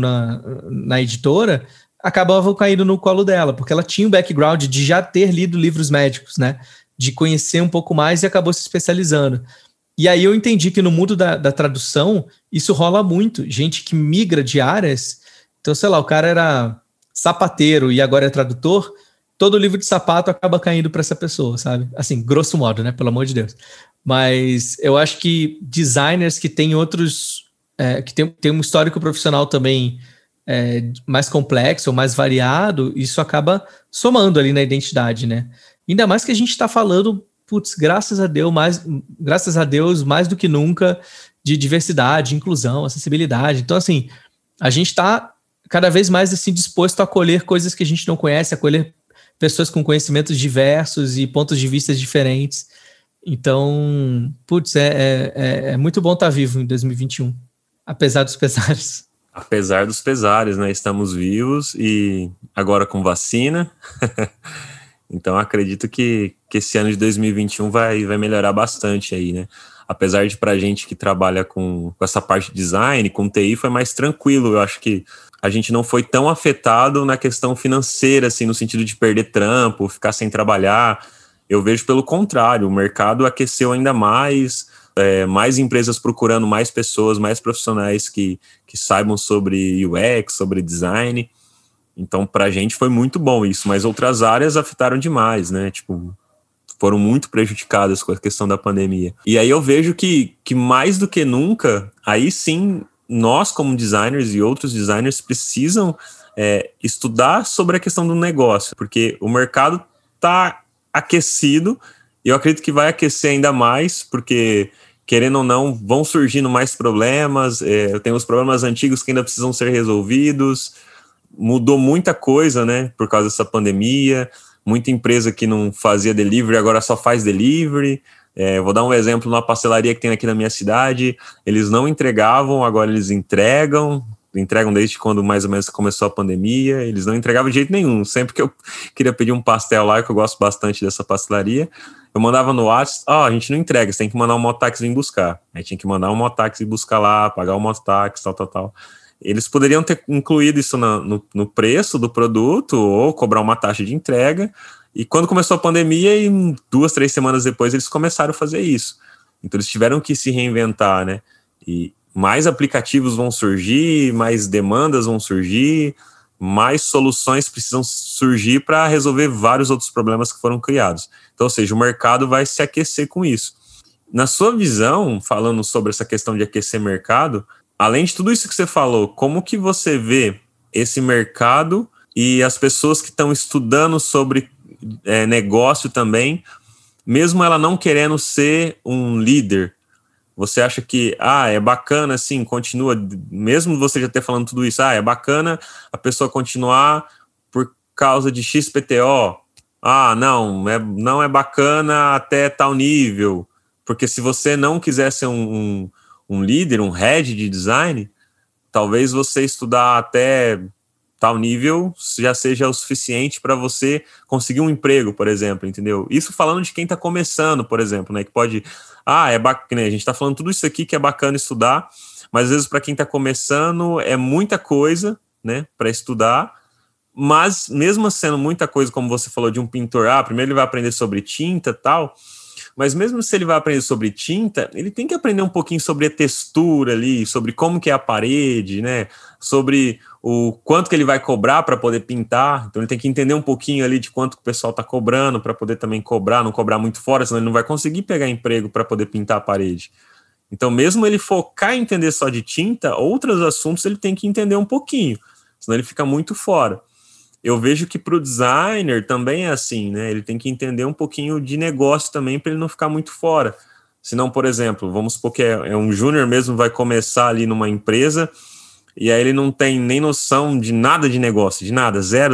na editora acabavam caindo no colo dela, porque ela tinha o background de já ter lido livros médicos, né? De conhecer um pouco mais e acabou se especializando. E aí eu entendi que no mundo da tradução, isso rola muito. Gente que migra de áreas. Então, sei lá, o cara era sapateiro e agora é tradutor. Todo livro de sapato acaba caindo para essa pessoa, sabe? Assim, grosso modo, né? Pelo amor de Deus. Mas eu acho que designers que têm outros... que tem um histórico profissional também mais complexo ou mais variado, isso acaba somando ali na identidade, né? Ainda mais que a gente está falando putz, graças a Deus, mais do que nunca, de diversidade, inclusão, acessibilidade. Então, assim, a gente está cada vez mais assim, disposto a acolher coisas que a gente não conhece, acolher pessoas com conhecimentos diversos e pontos de vista diferentes. Então, putz, é muito bom estar vivo em 2021, apesar dos pesares. Apesar dos pesares, né? Estamos vivos e agora com vacina. Então, acredito que esse ano de 2021 vai melhorar bastante aí, né? Apesar de pra gente que trabalha com essa parte de design, com TI, foi mais tranquilo. Eu acho que a gente não foi tão afetado na questão financeira, assim, no sentido de perder trampo, ficar sem trabalhar. Eu vejo pelo contrário, o mercado aqueceu ainda mais, mais empresas procurando mais pessoas, mais profissionais que saibam sobre UX, sobre design. Então, pra gente foi muito bom isso, mas outras áreas afetaram demais, né? Tipo, foram muito prejudicadas com a questão da pandemia. E aí eu vejo que mais do que nunca, aí sim, nós como designers e outros designers precisam estudar sobre a questão do negócio, porque o mercado está aquecido e eu acredito que vai aquecer ainda mais, porque, querendo ou não, vão surgindo mais problemas, tem os problemas antigos que ainda precisam ser resolvidos, mudou muita coisa, né, por causa dessa pandemia. Muita empresa que não fazia delivery, agora só faz delivery. Vou dar um exemplo, numa pastelaria que tem aqui na minha cidade, eles não entregavam, agora eles entregam desde quando mais ou menos começou a pandemia, eles não entregavam de jeito nenhum. Sempre que eu queria pedir um pastel lá, que eu gosto bastante dessa pastelaria, eu mandava no WhatsApp, a gente não entrega, você tem que mandar um mototáxi vir buscar. Aí tinha que mandar um mototáxi buscar lá, pagar o mototáxi, tal. Eles poderiam ter incluído isso no preço do produto ou cobrar uma taxa de entrega. E quando começou a pandemia, 2, 3 semanas depois, eles começaram a fazer isso. Então, eles tiveram que se reinventar, né? E mais aplicativos vão surgir, mais demandas vão surgir, mais soluções precisam surgir para resolver vários outros problemas que foram criados. Então, ou seja, o mercado vai se aquecer com isso. Na sua visão, falando sobre essa questão de aquecer mercado, além de tudo isso que você falou, como que você vê esse mercado e as pessoas que estão estudando sobre negócio também, mesmo ela não querendo ser um líder? Você acha que, é bacana, assim, continua, mesmo você já ter falando tudo isso, é bacana a pessoa continuar por causa de XPTO? Não é bacana até tal nível, porque se você não quiser ser um líder, um head de design, talvez você estudar até tal nível já seja o suficiente para você conseguir um emprego, por exemplo, entendeu? Isso falando de quem está começando, por exemplo, né? Que pode, é bacana, a gente está falando tudo isso aqui que é bacana estudar, mas às vezes para quem está começando é muita coisa, né, para estudar, mas mesmo sendo muita coisa, como você falou de um pintor, primeiro ele vai aprender sobre tinta e tal, mas mesmo se ele vai aprender sobre tinta, ele tem que aprender um pouquinho sobre a textura ali, sobre como que é a parede, né? Sobre o quanto que ele vai cobrar para poder pintar. Então ele tem que entender um pouquinho ali de quanto que o pessoal está cobrando para poder também cobrar, não cobrar muito fora, senão ele não vai conseguir pegar emprego para poder pintar a parede. Então mesmo ele focar em entender só de tinta, outros assuntos ele tem que entender um pouquinho, senão ele fica muito fora. Eu vejo que para o designer também é assim, né? Ele tem que entender um pouquinho de negócio também para ele não ficar muito fora. Senão, por exemplo, vamos supor que é um júnior mesmo, vai começar ali numa empresa e aí ele não tem nem noção de nada de negócio, de nada, 0.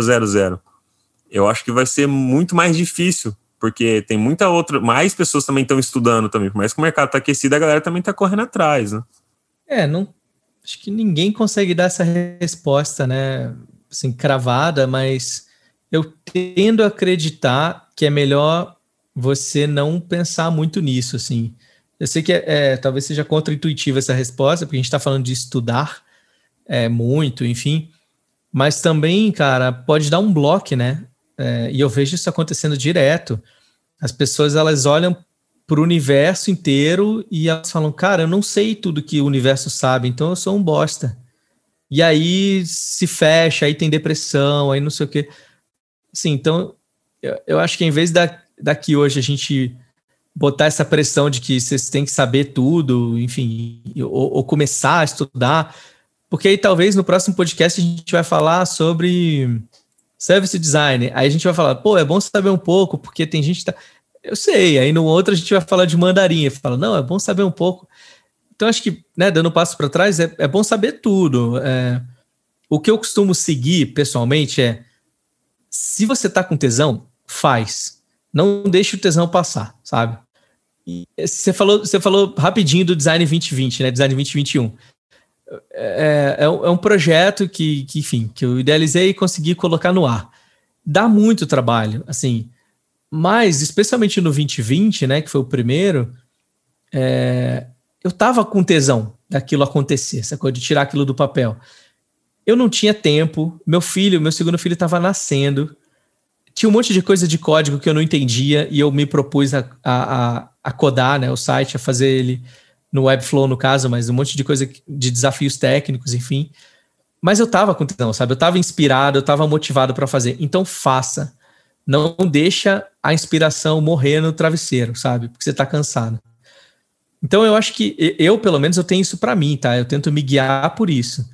Eu acho que vai ser muito mais difícil, porque tem mais pessoas também estão estudando também. Por mais que o mercado está aquecido, a galera também está correndo atrás, né? Acho que ninguém consegue dar essa resposta, né? Assim, cravada, mas eu tendo a acreditar que é melhor você não pensar muito nisso, assim. Eu sei que talvez seja contra-intuitiva essa resposta, porque a gente está falando de estudar muito, enfim, mas também, cara, pode dar um bloco, né? E eu vejo isso acontecendo direto. As pessoas, elas olham para o universo inteiro e elas falam, cara, eu não sei tudo que o universo sabe, então eu sou um bosta. E aí se fecha, aí tem depressão, aí não sei o quê. Assim, então, eu acho que em vez daqui hoje a gente botar essa pressão de que vocês têm que saber tudo, enfim, ou começar a estudar, porque aí talvez no próximo podcast a gente vai falar sobre service design. Aí a gente vai falar, é bom saber um pouco, porque tem gente que tá... Eu sei, aí no outro a gente vai falar de mandarim, fala, não, é bom saber um pouco. Então acho que, né, dando um passo para trás, é bom saber tudo. O que eu costumo seguir pessoalmente se você tá com tesão, faz. Não deixe o tesão passar, sabe? E você falou rapidinho do Design 2020, né? Design 2021. É um projeto que, enfim, que eu idealizei e consegui colocar no ar. Dá muito trabalho, assim, mas especialmente no 2020, né, que foi o primeiro, eu tava com tesão daquilo acontecer, essa coisa de tirar aquilo do papel. Eu não tinha tempo, meu segundo filho estava nascendo, tinha um monte de coisa de código que eu não entendia e eu me propus a codar, né, o site, a fazer ele no Webflow, no caso, mas um monte de coisa de desafios técnicos, enfim. Mas eu tava com tesão, sabe? Eu tava inspirado, eu tava motivado para fazer. Então faça. Não deixa a inspiração morrer no travesseiro, sabe? Porque você tá cansado. Então eu acho que pelo menos, eu tenho isso para mim, tá? Eu tento me guiar por isso.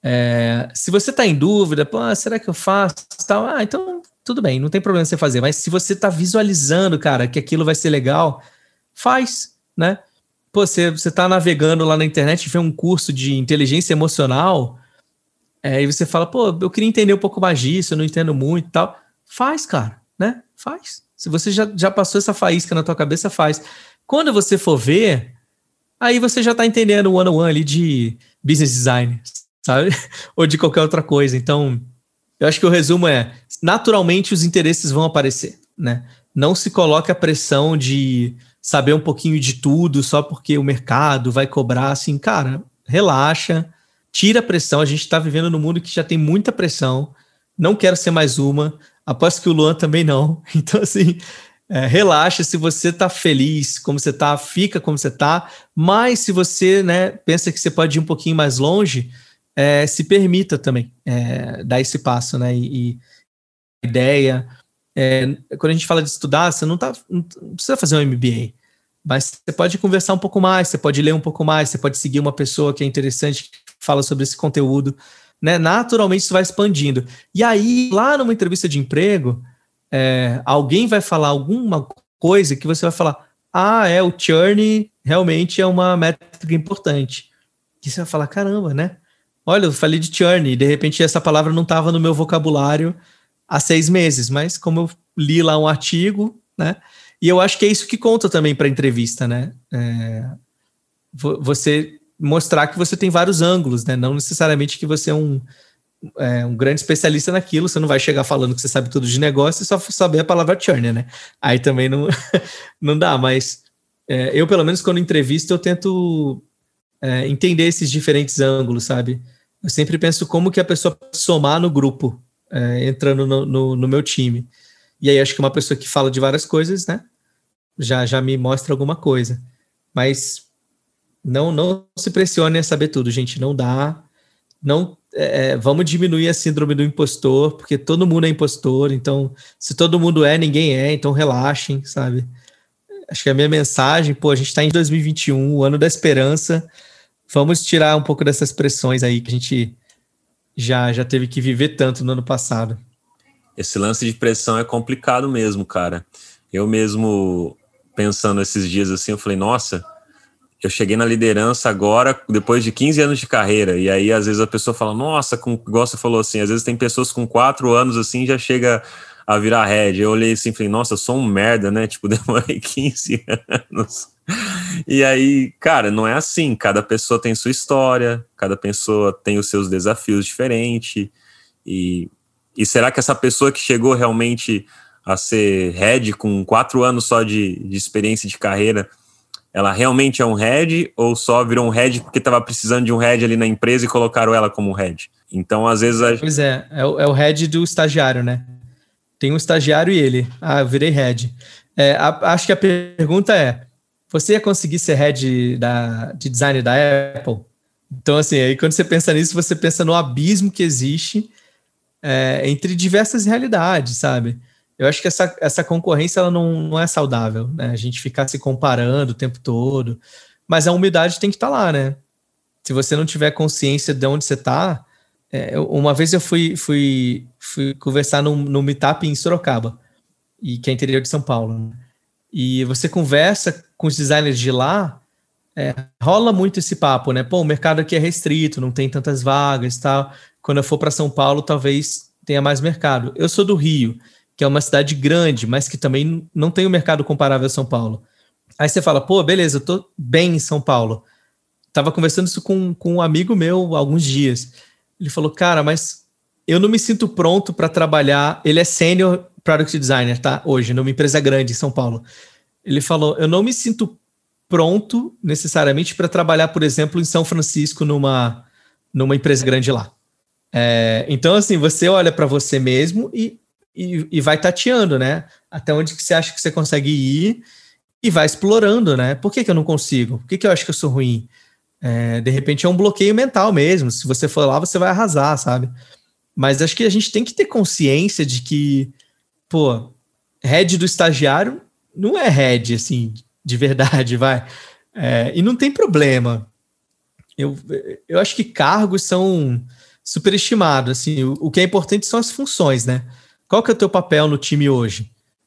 Se você tá em dúvida, será que eu faço? Tal? Então tudo bem, não tem problema você fazer. Mas se você tá visualizando, cara, que aquilo vai ser legal, faz, né? Você tá navegando lá na internet e vê um curso de inteligência emocional, e você fala, eu queria entender um pouco mais disso, eu não entendo muito e tal. Faz, cara, né? Faz. Se você já passou essa faísca na tua cabeça, faz. Quando você for ver, aí você já tá entendendo o one-on-one ali de business design, sabe? Ou de qualquer outra coisa. Então, eu acho que o resumo naturalmente os interesses vão aparecer, né? Não se coloque a pressão de saber um pouquinho de tudo só porque o mercado vai cobrar, assim, cara, relaxa, tira a pressão. A gente está vivendo num mundo que já tem muita pressão, não quero ser mais uma, aposto que o Luan também não. Então, assim, relaxa. Se você tá feliz como você tá, fica como você tá, mas se você, né, pensa que você pode ir um pouquinho mais longe, se permita também dar esse passo, né, e a ideia... quando a gente fala de estudar, você não precisa fazer um MBA, mas você pode conversar um pouco mais, você pode ler um pouco mais, você pode seguir uma pessoa que é interessante, que fala sobre esse conteúdo, né? Naturalmente isso vai expandindo. E aí, lá numa entrevista de emprego, alguém vai falar alguma coisa que você vai falar, o churn realmente é uma métrica importante. E você vai falar, caramba, né? Olha, eu falei de churn, e de repente essa palavra não estava no meu vocabulário há 6 meses, mas como eu li lá um artigo, né? E eu acho que é isso que conta também para a entrevista, né? Você mostrar que você tem vários ângulos, né? Não necessariamente que você é um grande especialista naquilo, você não vai chegar falando que você sabe tudo de negócio e só saber a palavra churn, né? Aí também não dá, mas eu, pelo menos, quando entrevisto, eu tento entender esses diferentes ângulos, sabe? Eu sempre penso como que a pessoa pode somar no grupo, entrando no meu time. E aí acho que uma pessoa que fala de várias coisas, né, já me mostra alguma coisa. Mas não se pressione a saber tudo, gente. Não dá. Não, vamos diminuir a síndrome do impostor, porque todo mundo é impostor. Então, se todo mundo ninguém então relaxem, sabe? Acho que a minha mensagem, a gente está em 2021, o ano da esperança. Vamos tirar um pouco dessas pressões aí que a gente já teve que viver tanto no ano passado. Esse lance de pressão é complicado mesmo, cara. Eu mesmo, pensando esses dias assim, eu falei, nossa, eu cheguei na liderança agora, depois de 15 anos de carreira, e aí às vezes a pessoa fala, nossa, igual você falou assim, às vezes tem pessoas com 4 anos assim, já chega a virar head. Eu olhei assim e falei, nossa, eu sou um merda, né? Tipo, demorei 15 anos. E aí, cara, não é assim, cada pessoa tem sua história, cada pessoa tem os seus desafios diferentes, e será que essa pessoa que chegou realmente a ser head com 4 anos só de experiência de carreira, ela realmente é um head ou só virou um head porque estava precisando de um head ali na empresa e colocaram ela como head? Então, às vezes... Pois é o head do estagiário, né? Tem um estagiário e ele. Eu virei head. Acho que a pergunta você ia conseguir ser head de design da Apple? Então, assim, aí quando você pensa nisso, você pensa no abismo que existe entre diversas realidades, sabe? Eu acho que essa concorrência ela não é saudável, né? A gente ficar se comparando o tempo todo, mas a humildade tem que estar lá, né? Se você não tiver consciência de onde você está... uma vez eu fui conversar no Meetup em Sorocaba, que é interior de São Paulo, né? E você conversa com os designers de lá, rola muito esse papo, né? Pô, o mercado aqui é restrito, não tem tantas vagas e tal. Quando eu for para São Paulo, talvez tenha mais mercado. Eu sou do Rio, que é uma cidade grande, mas que também não tem um mercado comparável a São Paulo. Aí você fala, pô, beleza, eu tô bem em São Paulo. Tava conversando isso com um amigo meu há alguns dias. Ele falou, cara, mas eu não me sinto pronto para trabalhar. Ele é senior product designer, tá? Hoje, numa empresa grande em São Paulo. Ele falou, eu não me sinto pronto necessariamente para trabalhar, por exemplo, em São Francisco numa empresa grande lá. Então, assim, você olha para você mesmo e vai tateando, né? Até onde que você acha que você consegue ir e vai explorando, né? Por que eu não consigo? Por que eu acho que eu sou ruim? De repente é um bloqueio mental mesmo. Se você for lá, você vai arrasar, sabe? Mas acho que a gente tem que ter consciência de que, pô, head do estagiário não é head, assim, de verdade, vai. E não tem problema. Eu acho que cargos são superestimados, assim. O que é importante são as funções, né? Qual que é o teu papel no time hoje?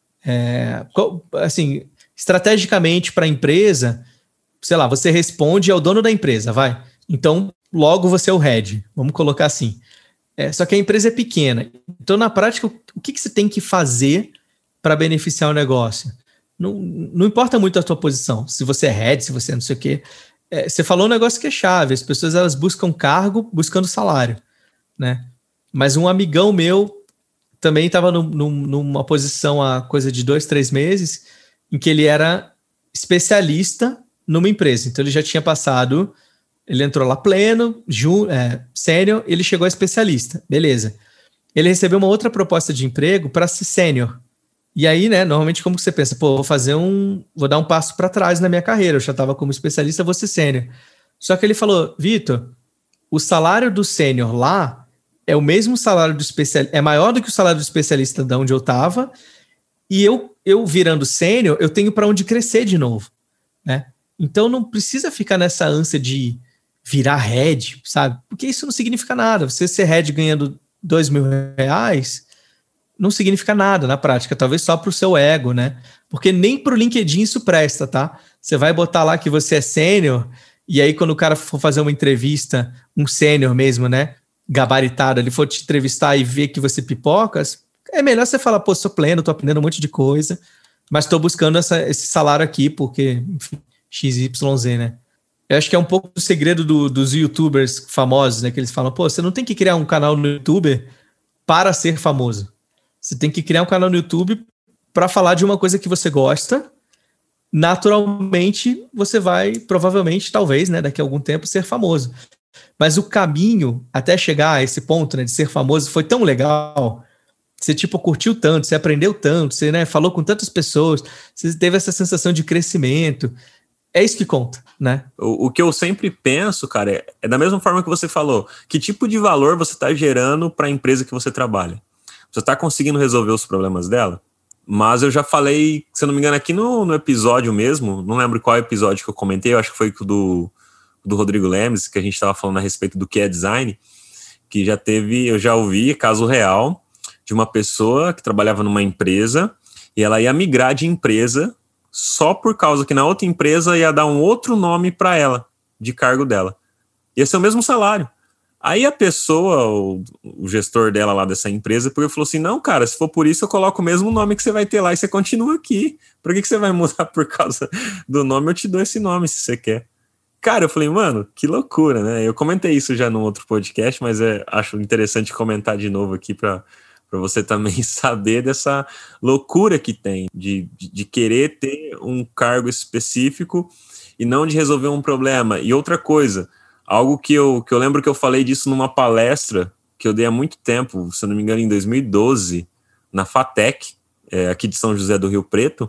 Assim, estrategicamente para a empresa, sei lá, você responde ao dono da empresa, vai. Então, logo você é o head, vamos colocar assim. Só que a empresa é pequena. Então, na prática, o que você tem que fazer para beneficiar o negócio? Não importa muito a tua posição, se você é head, se você é não sei o quê. Você falou um negócio que é chave, as pessoas elas buscam cargo buscando salário, né? Mas um amigão meu também estava numa posição há coisa de 2, 3 meses, em que ele era especialista numa empresa. Então ele já tinha passado, ele entrou lá pleno, sênior, ele chegou a especialista, beleza. Ele recebeu uma outra proposta de emprego para ser sênior. E aí, né, normalmente como que você pensa? Pô, vou dar um passo para trás na minha carreira, eu já estava como especialista, vou ser sênior. Só que ele falou, Vitor, o salário do sênior lá é o mesmo salário do especialista, é maior do que o salário do especialista de onde eu estava, e eu virando sênior, eu tenho para onde crescer de novo, né? Então não precisa ficar nessa ânsia de virar head, sabe? Porque isso não significa nada. Você ser head ganhando R$2.000 não significa nada na prática, talvez só para o seu ego, né? Porque nem para o LinkedIn isso presta, tá? Você vai botar lá que você é sênior, e aí quando o cara for fazer uma entrevista, um sênior mesmo, né? Gabaritado, ele for te entrevistar e ver que você pipocas, é melhor você falar, pô, sou pleno, tô aprendendo um monte de coisa, mas tô buscando esse salário aqui, porque, enfim, XYZ, né? Eu acho que é um pouco do segredo dos youtubers famosos, né? Que eles falam, pô, você não tem que criar um canal no YouTube para ser famoso. Você tem que criar um canal no YouTube para falar de uma coisa que você gosta. Naturalmente, você vai, provavelmente, talvez, né, daqui a algum tempo, ser famoso. Mas o caminho até chegar a esse ponto, né, de ser famoso foi tão legal. Você, tipo, curtiu tanto, você aprendeu tanto, você, né, falou com tantas pessoas, você teve essa sensação de crescimento. É isso que conta, né? O que eu sempre penso, cara, é da mesma forma que você falou. Que tipo de valor você está gerando para a empresa que você trabalha? Você está conseguindo resolver os problemas dela? Mas eu já falei, se eu não me engano, aqui no episódio mesmo, não lembro qual episódio que eu comentei, eu acho que foi do Rodrigo Lemes, que a gente estava falando a respeito do que é design, que eu já ouvi caso real de uma pessoa que trabalhava numa empresa e ela ia migrar de empresa só por causa que na outra empresa ia dar um outro nome para ela, de cargo dela. Ia ser o mesmo salário. Aí a pessoa, o gestor dela lá dessa empresa, falou assim, não, cara, se for por isso eu coloco o mesmo nome que você vai ter lá e você continua aqui. Por que você vai mudar por causa do nome? Eu te dou esse nome se você quer. Cara, eu falei, mano, que loucura, né? Eu comentei isso já num outro podcast, mas acho interessante comentar de novo aqui para você também saber dessa loucura que tem de querer ter um cargo específico e não de resolver um problema. E outra coisa, algo que eu lembro que eu falei disso numa palestra que eu dei há muito tempo, se eu não me engano, em 2012, na FATEC, aqui de São José do Rio Preto.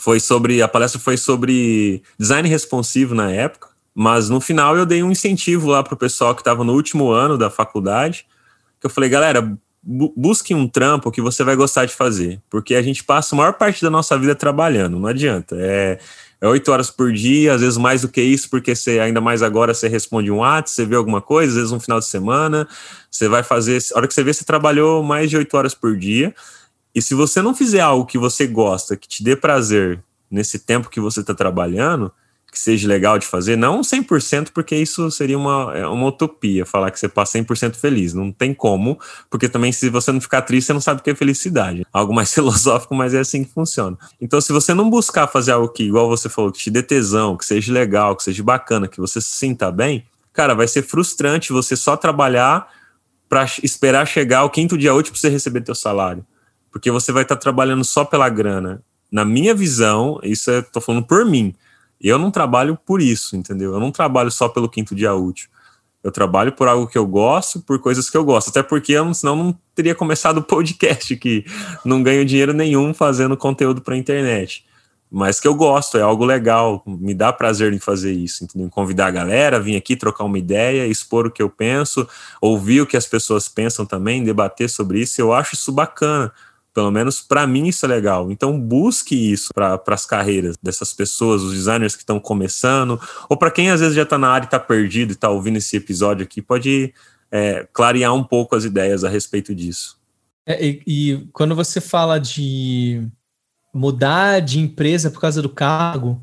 A palestra foi sobre design responsivo na época, mas no final eu dei um incentivo lá para o pessoal que estava no último ano da faculdade, que eu falei, galera, busque um trampo que você vai gostar de fazer, porque a gente passa a maior parte da nossa vida trabalhando, não adianta, é 8 horas por dia, às vezes mais do que isso, porque ainda mais agora você responde um WhatsApp, você vê alguma coisa, às vezes um final de semana, você vai fazer, a hora que você vê, você trabalhou mais de 8 horas por dia, e se você não fizer algo que você gosta, que te dê prazer, nesse tempo que você está trabalhando, que seja legal de fazer, não 100%, porque isso seria uma utopia, falar que você passa 100% feliz, não tem como, porque também se você não ficar triste, você não sabe o que é felicidade, algo mais filosófico, mas é assim que funciona. Então, se você não buscar fazer algo que, igual você falou, que te dê tesão, que seja legal, que seja bacana, que você se sinta bem, cara, vai ser frustrante você só trabalhar para esperar chegar o 5º dia útil para você receber teu salário, porque você vai estar trabalhando só pela grana. Na minha visão, isso eu tô falando por mim, eu não trabalho por isso, entendeu? Eu não trabalho só pelo 5º dia útil. Eu trabalho por algo que eu gosto, por coisas que eu gosto. Até porque senão não teria começado o podcast, que não ganho dinheiro nenhum fazendo conteúdo para a internet. Mas que eu gosto, é algo legal, me dá prazer em fazer isso, entendeu? Convidar a galera, vir aqui trocar uma ideia, expor o que eu penso, ouvir o que as pessoas pensam também, debater sobre isso. Eu acho isso bacana. Pelo menos para mim isso é legal. Então busque isso para as carreiras dessas pessoas, os designers que estão começando, ou para quem às vezes já está na área e está perdido e está ouvindo esse episódio aqui, pode clarear um pouco as ideias a respeito disso. E quando você fala de mudar de empresa por causa do cargo,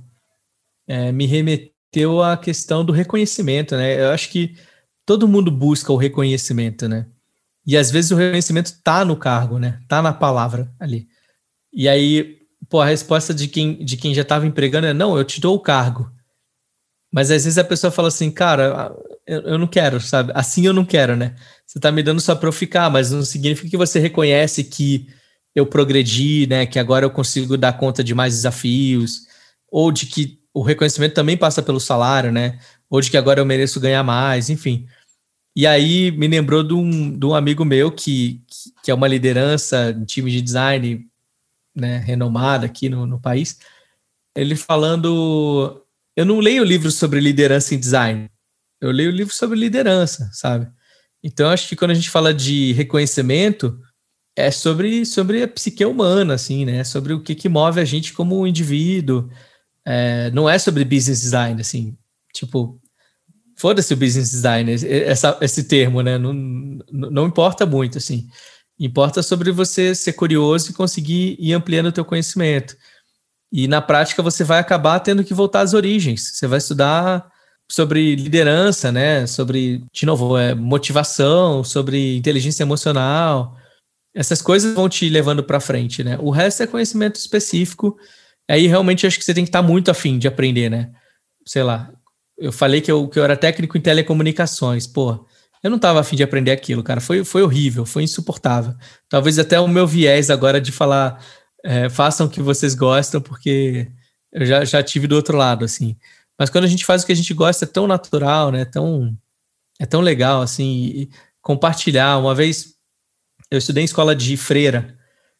me remeteu à questão do reconhecimento, né? Eu acho que todo mundo busca o reconhecimento, né? E às vezes o reconhecimento tá no cargo, né? Tá na palavra ali. E aí, a resposta de quem já estava empregando é: não, eu te dou o cargo. Mas às vezes a pessoa fala assim: cara, eu não quero, sabe? Assim eu não quero, né? Você tá me dando só para eu ficar, mas não significa que você reconhece que eu progredi, né? Que agora eu consigo dar conta de mais desafios, ou de que o reconhecimento também passa pelo salário, né? Ou de que agora eu mereço ganhar mais, enfim. E aí me lembrou de um amigo meu que é uma liderança em time de design, né, renomada aqui no país. Ele falando: eu não leio livros sobre liderança em design, eu leio livros sobre liderança, sabe? Então acho que quando a gente fala de reconhecimento, é sobre a psique humana, assim, né? Sobre o que move a gente como indivíduo. Não é sobre business design, assim, tipo... Foda-se o business design, esse termo, né? Não importa muito, assim. Importa sobre você ser curioso e conseguir ir ampliando o teu conhecimento. E na prática você vai acabar tendo que voltar às origens. Você vai estudar sobre liderança, né? Sobre, de novo, motivação, sobre inteligência emocional. Essas coisas vão te levando para frente, né? O resto é conhecimento específico. Aí realmente acho que você tem que estar muito afim de aprender, né? Sei lá. Eu falei que eu era técnico em telecomunicações. Pô, eu não estava a fim de aprender aquilo, cara. Foi horrível, foi insuportável. Talvez até o meu viés agora de falar façam o que vocês gostam, porque eu já tive do outro lado, assim. Mas quando a gente faz o que a gente gosta, é tão natural, né? É tão legal, assim, e compartilhar. Uma vez eu estudei em escola de freira,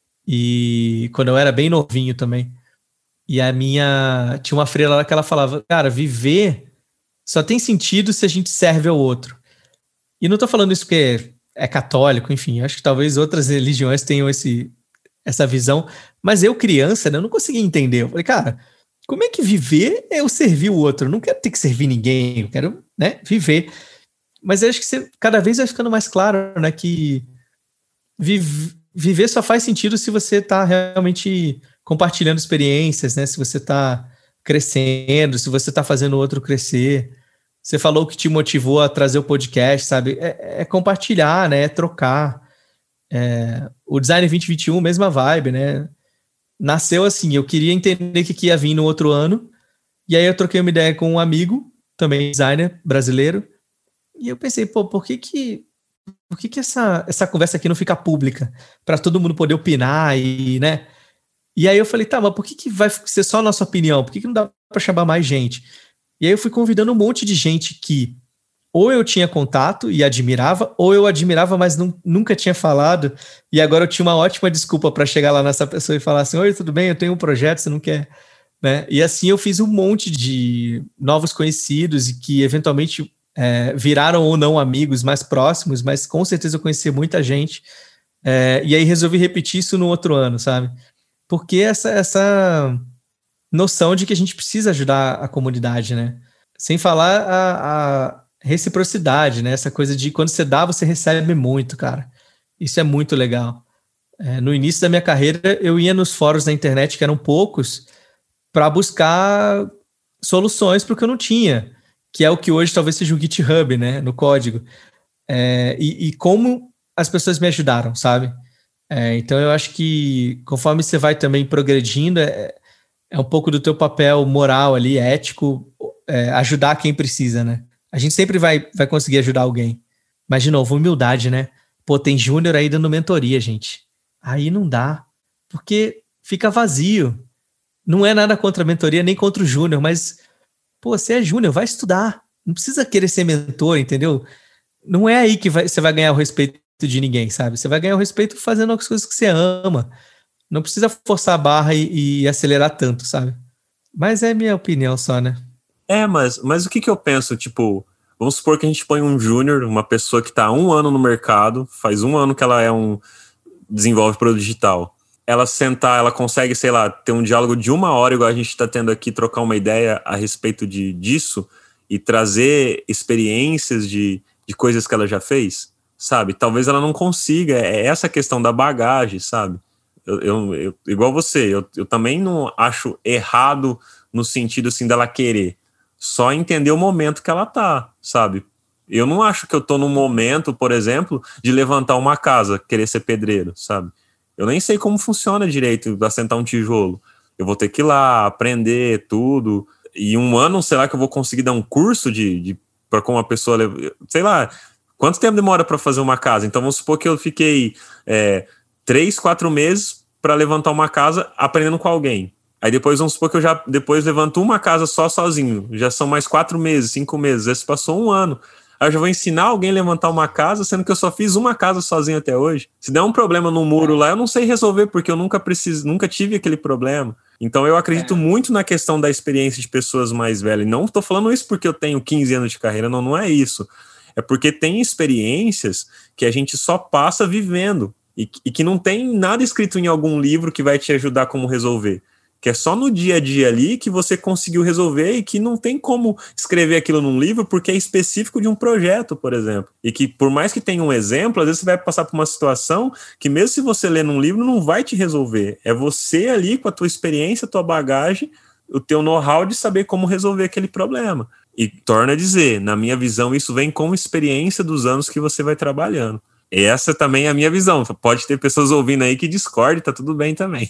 e quando eu era bem novinho também. E tinha uma freira lá que ela falava: cara, viver só tem sentido se a gente serve ao outro. E não tô falando isso porque é católico, enfim, acho que talvez outras religiões tenham essa visão, mas eu, criança, né, eu não conseguia entender. Eu falei: cara, como é que viver é eu servir o outro? Eu não quero ter que servir ninguém, eu quero, né, viver. Mas eu acho que cada vez vai ficando mais claro, né, que viver só faz sentido se você tá realmente compartilhando experiências, né? Se você está crescendo, se você está fazendo o outro crescer. Você falou que te motivou a trazer o podcast, sabe? É compartilhar, né? É trocar. O Design 2021, mesma vibe, né? Nasceu assim, eu queria entender o que ia vir no outro ano, e aí eu troquei uma ideia com um amigo, também designer brasileiro, e eu pensei: pô, por que essa conversa aqui não fica pública? Para todo mundo poder opinar e, né? E aí eu falei: tá, mas por que vai ser só a nossa opinião? Por que não dá para chamar mais gente? E aí eu fui convidando um monte de gente que ou eu tinha contato e admirava, ou eu admirava, mas nunca tinha falado, e agora eu tinha uma ótima desculpa para chegar lá nessa pessoa e falar assim: oi, tudo bem? Eu tenho um projeto, você não quer? Né? E assim eu fiz um monte de novos conhecidos e que eventualmente viraram ou não amigos mais próximos, mas com certeza eu conheci muita gente. E aí resolvi repetir isso no outro ano, sabe? Porque essa noção de que a gente precisa ajudar a comunidade, né? Sem falar a reciprocidade, né? Essa coisa de quando você dá, você recebe muito, cara. Isso é muito legal. No início da minha carreira, eu ia nos fóruns da internet, que eram poucos, para buscar soluções para o que eu não tinha, que é o que hoje talvez seja o GitHub, né, no código. E como as pessoas me ajudaram, sabe? Então eu acho que conforme você vai também progredindo, é um pouco do teu papel moral ali, ético, ajudar quem precisa, né? A gente sempre vai conseguir ajudar alguém. Mas, de novo, humildade, né? Pô, tem júnior aí dando mentoria, gente. Aí não dá, porque fica vazio. Não é nada contra a mentoria, nem contra o júnior, mas, pô, você é júnior, vai estudar. Não precisa querer ser mentor, entendeu? Não é aí que você vai ganhar o respeito de ninguém, sabe? Você vai ganhar o respeito fazendo as coisas que você ama. Não precisa forçar a barra e acelerar tanto, sabe? Mas é minha opinião só, né? Mas o que eu penso, tipo, vamos supor que a gente põe um júnior, uma pessoa que está há 1 ano no mercado, faz 1 ano que ela desenvolve produto digital. Ela sentar, ela consegue, sei lá, ter um diálogo de 1 hora, igual a gente está tendo aqui, trocar uma ideia a respeito disso e trazer experiências de coisas que ela já fez, sabe? Talvez ela não consiga, é essa questão da bagagem, sabe? Eu igual você, eu também não acho errado no sentido, assim, dela querer, só entender o momento que ela tá, sabe? Eu não acho que eu tô num momento, por exemplo, de levantar uma casa, querer ser pedreiro, sabe? Eu nem sei como funciona direito assentar um tijolo. Eu vou ter que ir lá, aprender tudo, e 1 ano, sei lá, que eu vou conseguir dar um curso para como a pessoa, sei lá, quanto tempo demora para fazer uma casa? Então vamos supor que eu fiquei 3, 4 meses para levantar uma casa aprendendo com alguém. Aí depois vamos supor que eu já depois levanto uma casa sozinho. Já são mais 4 meses, 5 meses. Esse passou 1 ano. Aí eu já vou ensinar alguém a levantar uma casa, sendo que eu só fiz uma casa sozinho até hoje. Se der um problema no muro lá, eu não sei resolver, porque eu nunca tive aquele problema. Então eu acredito muito na questão da experiência de pessoas mais velhas. Não estou falando isso porque eu tenho 15 anos de carreira, não é isso. É porque tem experiências que a gente só passa vivendo e que não tem nada escrito em algum livro que vai te ajudar como resolver. Que é só no dia a dia ali que você conseguiu resolver e que não tem como escrever aquilo num livro porque é específico de um projeto, por exemplo. E que por mais que tenha um exemplo, às vezes você vai passar por uma situação que mesmo se você ler num livro não vai te resolver. É você ali com a tua experiência, a tua bagagem, o teu know-how de saber como resolver aquele problema. E torna a dizer, na minha visão, isso vem com experiência dos anos que você vai trabalhando. Essa também é a minha visão. Pode ter pessoas ouvindo aí que discordem, tá tudo bem também.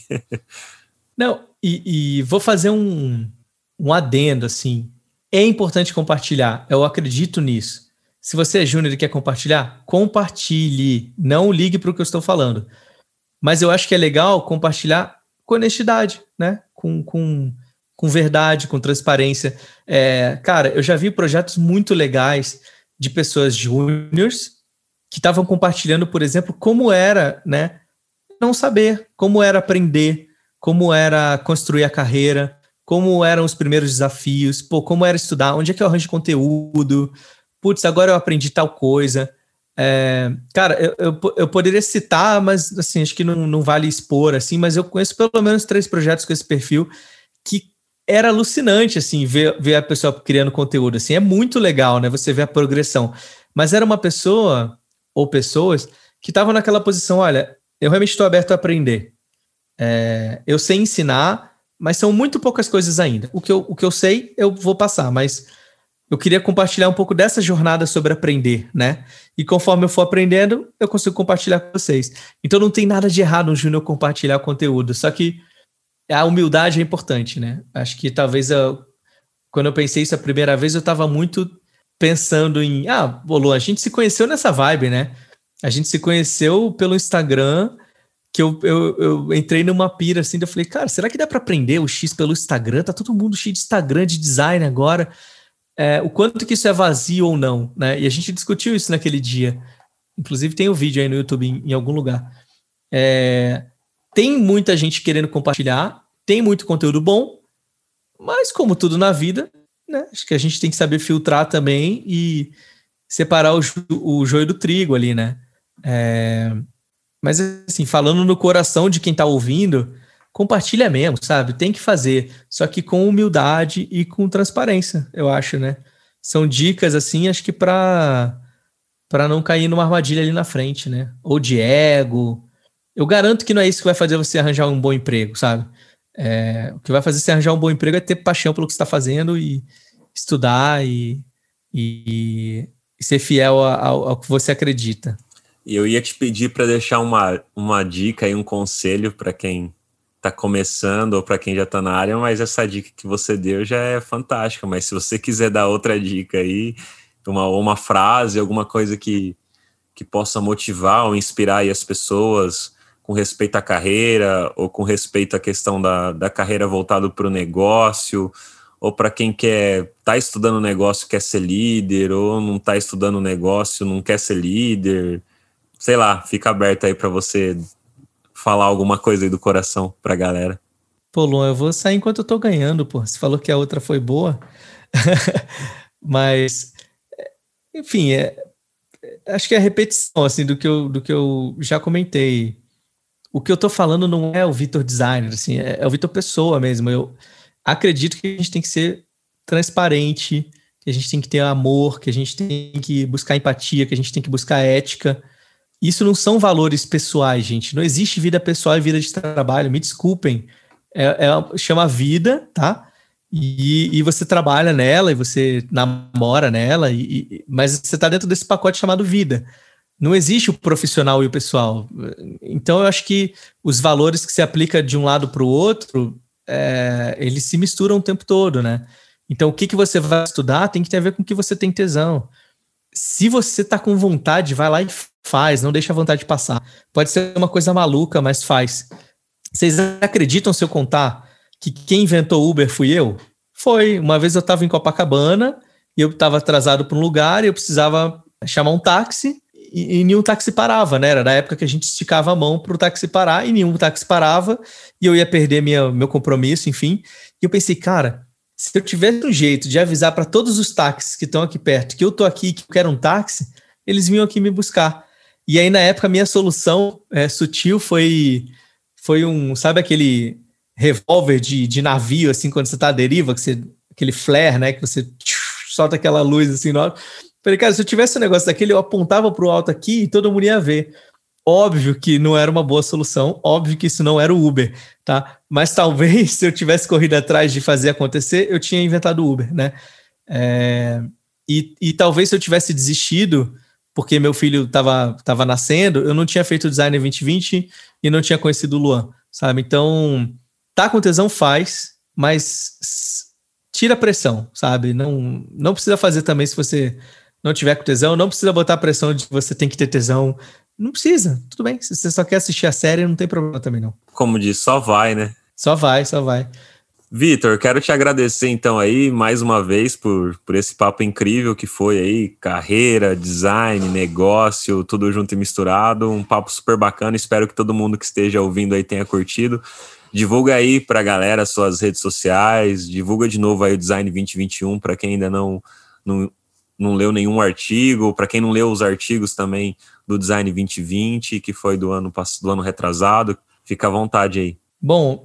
Não, e vou fazer um adendo, assim. É importante compartilhar, eu acredito nisso. Se você é júnior e quer compartilhar, compartilhe. Não ligue para o que eu estou falando. Mas eu acho que é legal compartilhar com honestidade, né? Com verdade, com transparência. Cara, eu já vi projetos muito legais de pessoas júniors que estavam compartilhando, por exemplo, como era, né? Não saber, como era aprender, como era construir a carreira, como eram os primeiros desafios, como era estudar, onde é que eu arranjo conteúdo, agora eu aprendi tal coisa. Cara, eu poderia citar, mas assim, acho que não vale expor, assim, mas eu conheço pelo menos 3 projetos com esse perfil que era alucinante, assim, ver a pessoa criando conteúdo, assim, é muito legal, né, você vê a progressão, mas era uma pessoa ou pessoas que estavam naquela posição, olha, eu realmente estou aberto a aprender. Eu sei ensinar, mas são muito poucas coisas ainda. O que eu sei, eu vou passar, mas eu queria compartilhar um pouco dessa jornada sobre aprender, né? E conforme eu for aprendendo, eu consigo compartilhar com vocês. Então não tem nada de errado um júnior compartilhar conteúdo, só que a humildade é importante, né? Acho que talvez quando eu pensei isso a primeira vez, eu estava muito pensando em, Luan, a gente se conheceu nessa vibe, né? A gente se conheceu pelo Instagram, que eu entrei numa pira assim, eu falei, cara, será que dá para aprender o X pelo Instagram? Tá todo mundo cheio de Instagram, de design agora. O quanto que isso é vazio ou não, né? E a gente discutiu isso naquele dia. Inclusive tem um vídeo aí no YouTube em algum lugar. Tem muita gente querendo compartilhar, tem muito conteúdo bom, mas como tudo na vida, né? Acho que a gente tem que saber filtrar também e separar o joio do trigo ali, né? Mas assim, falando no coração de quem tá ouvindo, compartilha mesmo, sabe? Tem que fazer, só que com humildade e com transparência, eu acho, né? São dicas, assim, acho que para não cair numa armadilha ali na frente, né? Ou de ego. Eu garanto que não é isso que vai fazer você arranjar um bom emprego, sabe? O que vai fazer você arranjar um bom emprego é ter paixão pelo que você está fazendo e estudar e ser fiel ao que você acredita. E eu ia te pedir para deixar uma dica e um conselho para quem está começando ou para quem já está na área, mas essa dica que você deu já é fantástica. Mas se você quiser dar outra dica aí, uma frase, alguma coisa que possa motivar ou inspirar aí as pessoas com respeito à carreira ou com respeito à questão da carreira voltada para o negócio, ou para quem está estudando negócio, quer ser líder, ou não está estudando negócio, não quer ser líder, sei lá, fica aberto aí para você falar alguma coisa aí do coração para a galera. Pô, Luan, eu vou sair enquanto eu tô ganhando, pô. Você falou que a outra foi boa. Mas, enfim, acho que é a repetição, assim, do que eu já comentei. O que eu tô falando não é o Vitor designer, assim, é o Vitor pessoa mesmo. Eu acredito que a gente tem que ser transparente, que a gente tem que ter amor, que a gente tem que buscar empatia, que a gente tem que buscar ética. Isso não são valores pessoais, gente. Não existe vida pessoal e vida de trabalho. Me desculpem. Chama vida, tá? E você trabalha nela e você namora nela, mas você está dentro desse pacote chamado vida. Não existe o profissional e o pessoal. Então, eu acho que os valores que se aplica de um lado para o outro, eles se misturam o tempo todo, né? Então, o que você vai estudar tem que ter a ver com o que você tem tesão. Se você está com vontade, vai lá e faz, não deixa a vontade passar. Pode ser uma coisa maluca, mas faz. Vocês acreditam, se eu contar, que quem inventou Uber fui eu? Foi. Uma vez eu estava em Copacabana e eu estava atrasado para um lugar e eu precisava chamar um táxi e nenhum táxi parava, né? Era da época que a gente esticava a mão para o táxi parar e nenhum táxi parava e eu ia perder meu compromisso, enfim. E eu pensei, cara, se eu tivesse um jeito de avisar para todos os táxis que estão aqui perto que eu tô aqui, que eu quero um táxi, eles vinham aqui me buscar. E aí, na época, a minha solução sutil foi sabe aquele revólver de navio, assim, quando você tá à deriva, aquele flare, né, que você solta aquela luz, assim, na hora. Falei, cara, se eu tivesse um negócio daquele, eu apontava pro alto aqui e todo mundo ia ver. Óbvio que não era uma boa solução, óbvio que isso não era o Uber, tá? Mas talvez, se eu tivesse corrido atrás de fazer acontecer, eu tinha inventado o Uber, né? E talvez se eu tivesse desistido, porque meu filho estava nascendo, eu não tinha feito o Designer 2020 e não tinha conhecido o Luan, sabe? Então, tá com tesão, faz, mas tira a pressão, sabe? Não precisa fazer também se você não tiver com tesão, não precisa botar a pressão de que você tem que ter tesão. Não precisa, tudo bem. Se você só quer assistir a série, não tem problema também, não. Como diz, só vai, né? Só vai, só vai. Vitor, quero te agradecer então aí mais uma vez por esse papo incrível que foi aí, carreira, design, negócio, tudo junto e misturado, um papo super bacana, espero que todo mundo que esteja ouvindo aí tenha curtido. Divulga aí pra galera suas redes sociais, divulga de novo aí o Design 2021 para quem ainda não leu nenhum artigo, para quem não leu os artigos também do Design 2020, que foi do ano retrasado, fica à vontade aí. Bom,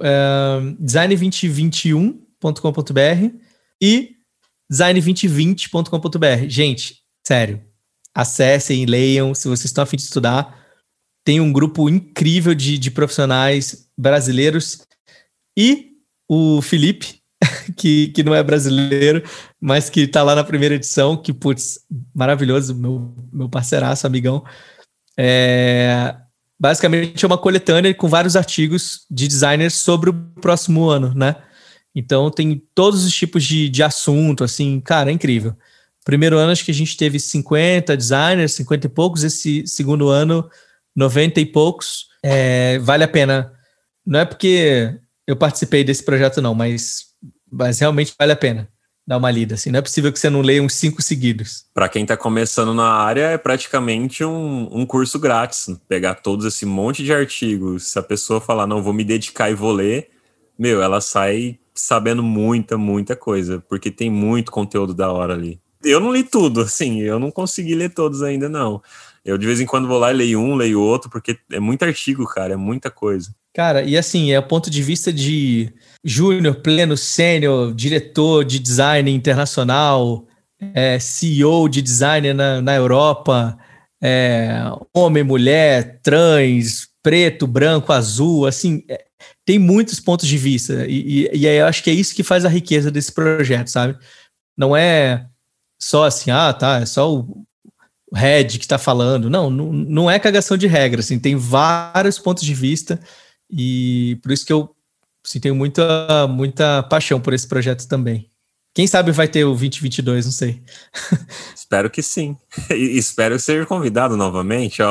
design2021.com.br e design2020.com.br. Gente, sério, acessem, leiam, se vocês estão a fim de estudar. Tem um grupo incrível de profissionais brasileiros e o Felipe, que não é brasileiro, mas que está lá na primeira edição, que, putz, maravilhoso, meu parceiraço, amigão. Basicamente é uma coletânea com vários artigos de designers sobre o próximo ano, né? Então tem todos os tipos de assunto, assim, cara, é incrível. Primeiro ano acho que a gente teve 50 designers, 50 e poucos, esse segundo ano 90 e poucos. Vale a pena. Não é porque eu participei desse projeto não, mas realmente vale a pena dar uma lida, assim. Não é possível que você não leia uns 5 seguidos. Para quem está começando na área, é praticamente um curso grátis. Pegar todos esse monte de artigos, se a pessoa falar, não, vou me dedicar e vou ler, ela sai sabendo muita coisa, porque tem muito conteúdo da hora ali. Eu não li tudo, assim, eu não consegui ler todos ainda, não. Eu de vez em quando vou lá e leio um, leio outro, porque é muito artigo, cara, é muita coisa. Cara, e assim, o ponto de vista de júnior, pleno, sênior, diretor de design internacional, CEO de design na Europa, homem, mulher, trans, preto, branco, azul, assim, tem muitos pontos de vista, e aí eu acho que é isso que faz a riqueza desse projeto, sabe? Não é só assim, é só o Red que está falando. Não é cagação de regra, assim, tem vários pontos de vista, e por isso que eu assim, tenho muita paixão por esse projeto também. Quem sabe vai ter o 2022, não sei. Espero que sim. E espero que seja convidado novamente.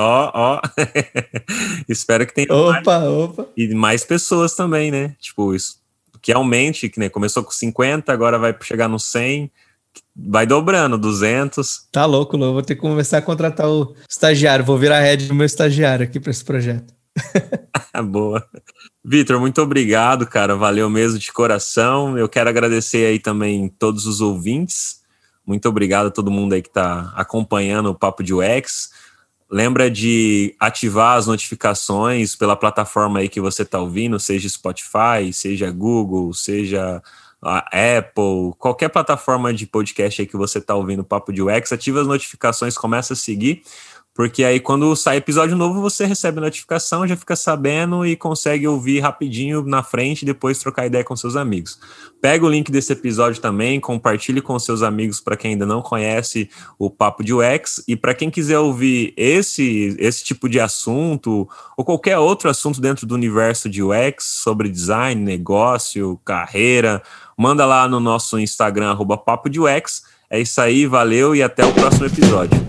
Espero que tenha mais pessoas também, né? Tipo, isso que aumente, que né, começou com 50, agora vai chegar no 100, vai dobrando, 200. Tá louco, Lu. Vou ter que começar a contratar o estagiário. Vou virar head do meu estagiário aqui para esse projeto. Boa. Vitor, muito obrigado, cara. Valeu mesmo de coração. Eu quero agradecer aí também todos os ouvintes. Muito obrigado a todo mundo aí que está acompanhando o Papo de UX. Lembra de ativar as notificações pela plataforma aí que você está ouvindo, seja Spotify, seja Google, seja a Apple, qualquer plataforma de podcast aí que você está ouvindo o Papo de UX, ativa as notificações, começa a seguir, porque aí quando sai episódio novo você recebe notificação, já fica sabendo e consegue ouvir rapidinho na frente e depois trocar ideia com seus amigos. Pega o link desse episódio também, compartilhe com seus amigos para quem ainda não conhece o Papo de UX, e para quem quiser ouvir esse tipo de assunto ou qualquer outro assunto dentro do universo de UX, sobre design, negócio, carreira, manda lá no nosso Instagram, @Papo de UX. É isso aí, valeu e até o próximo episódio.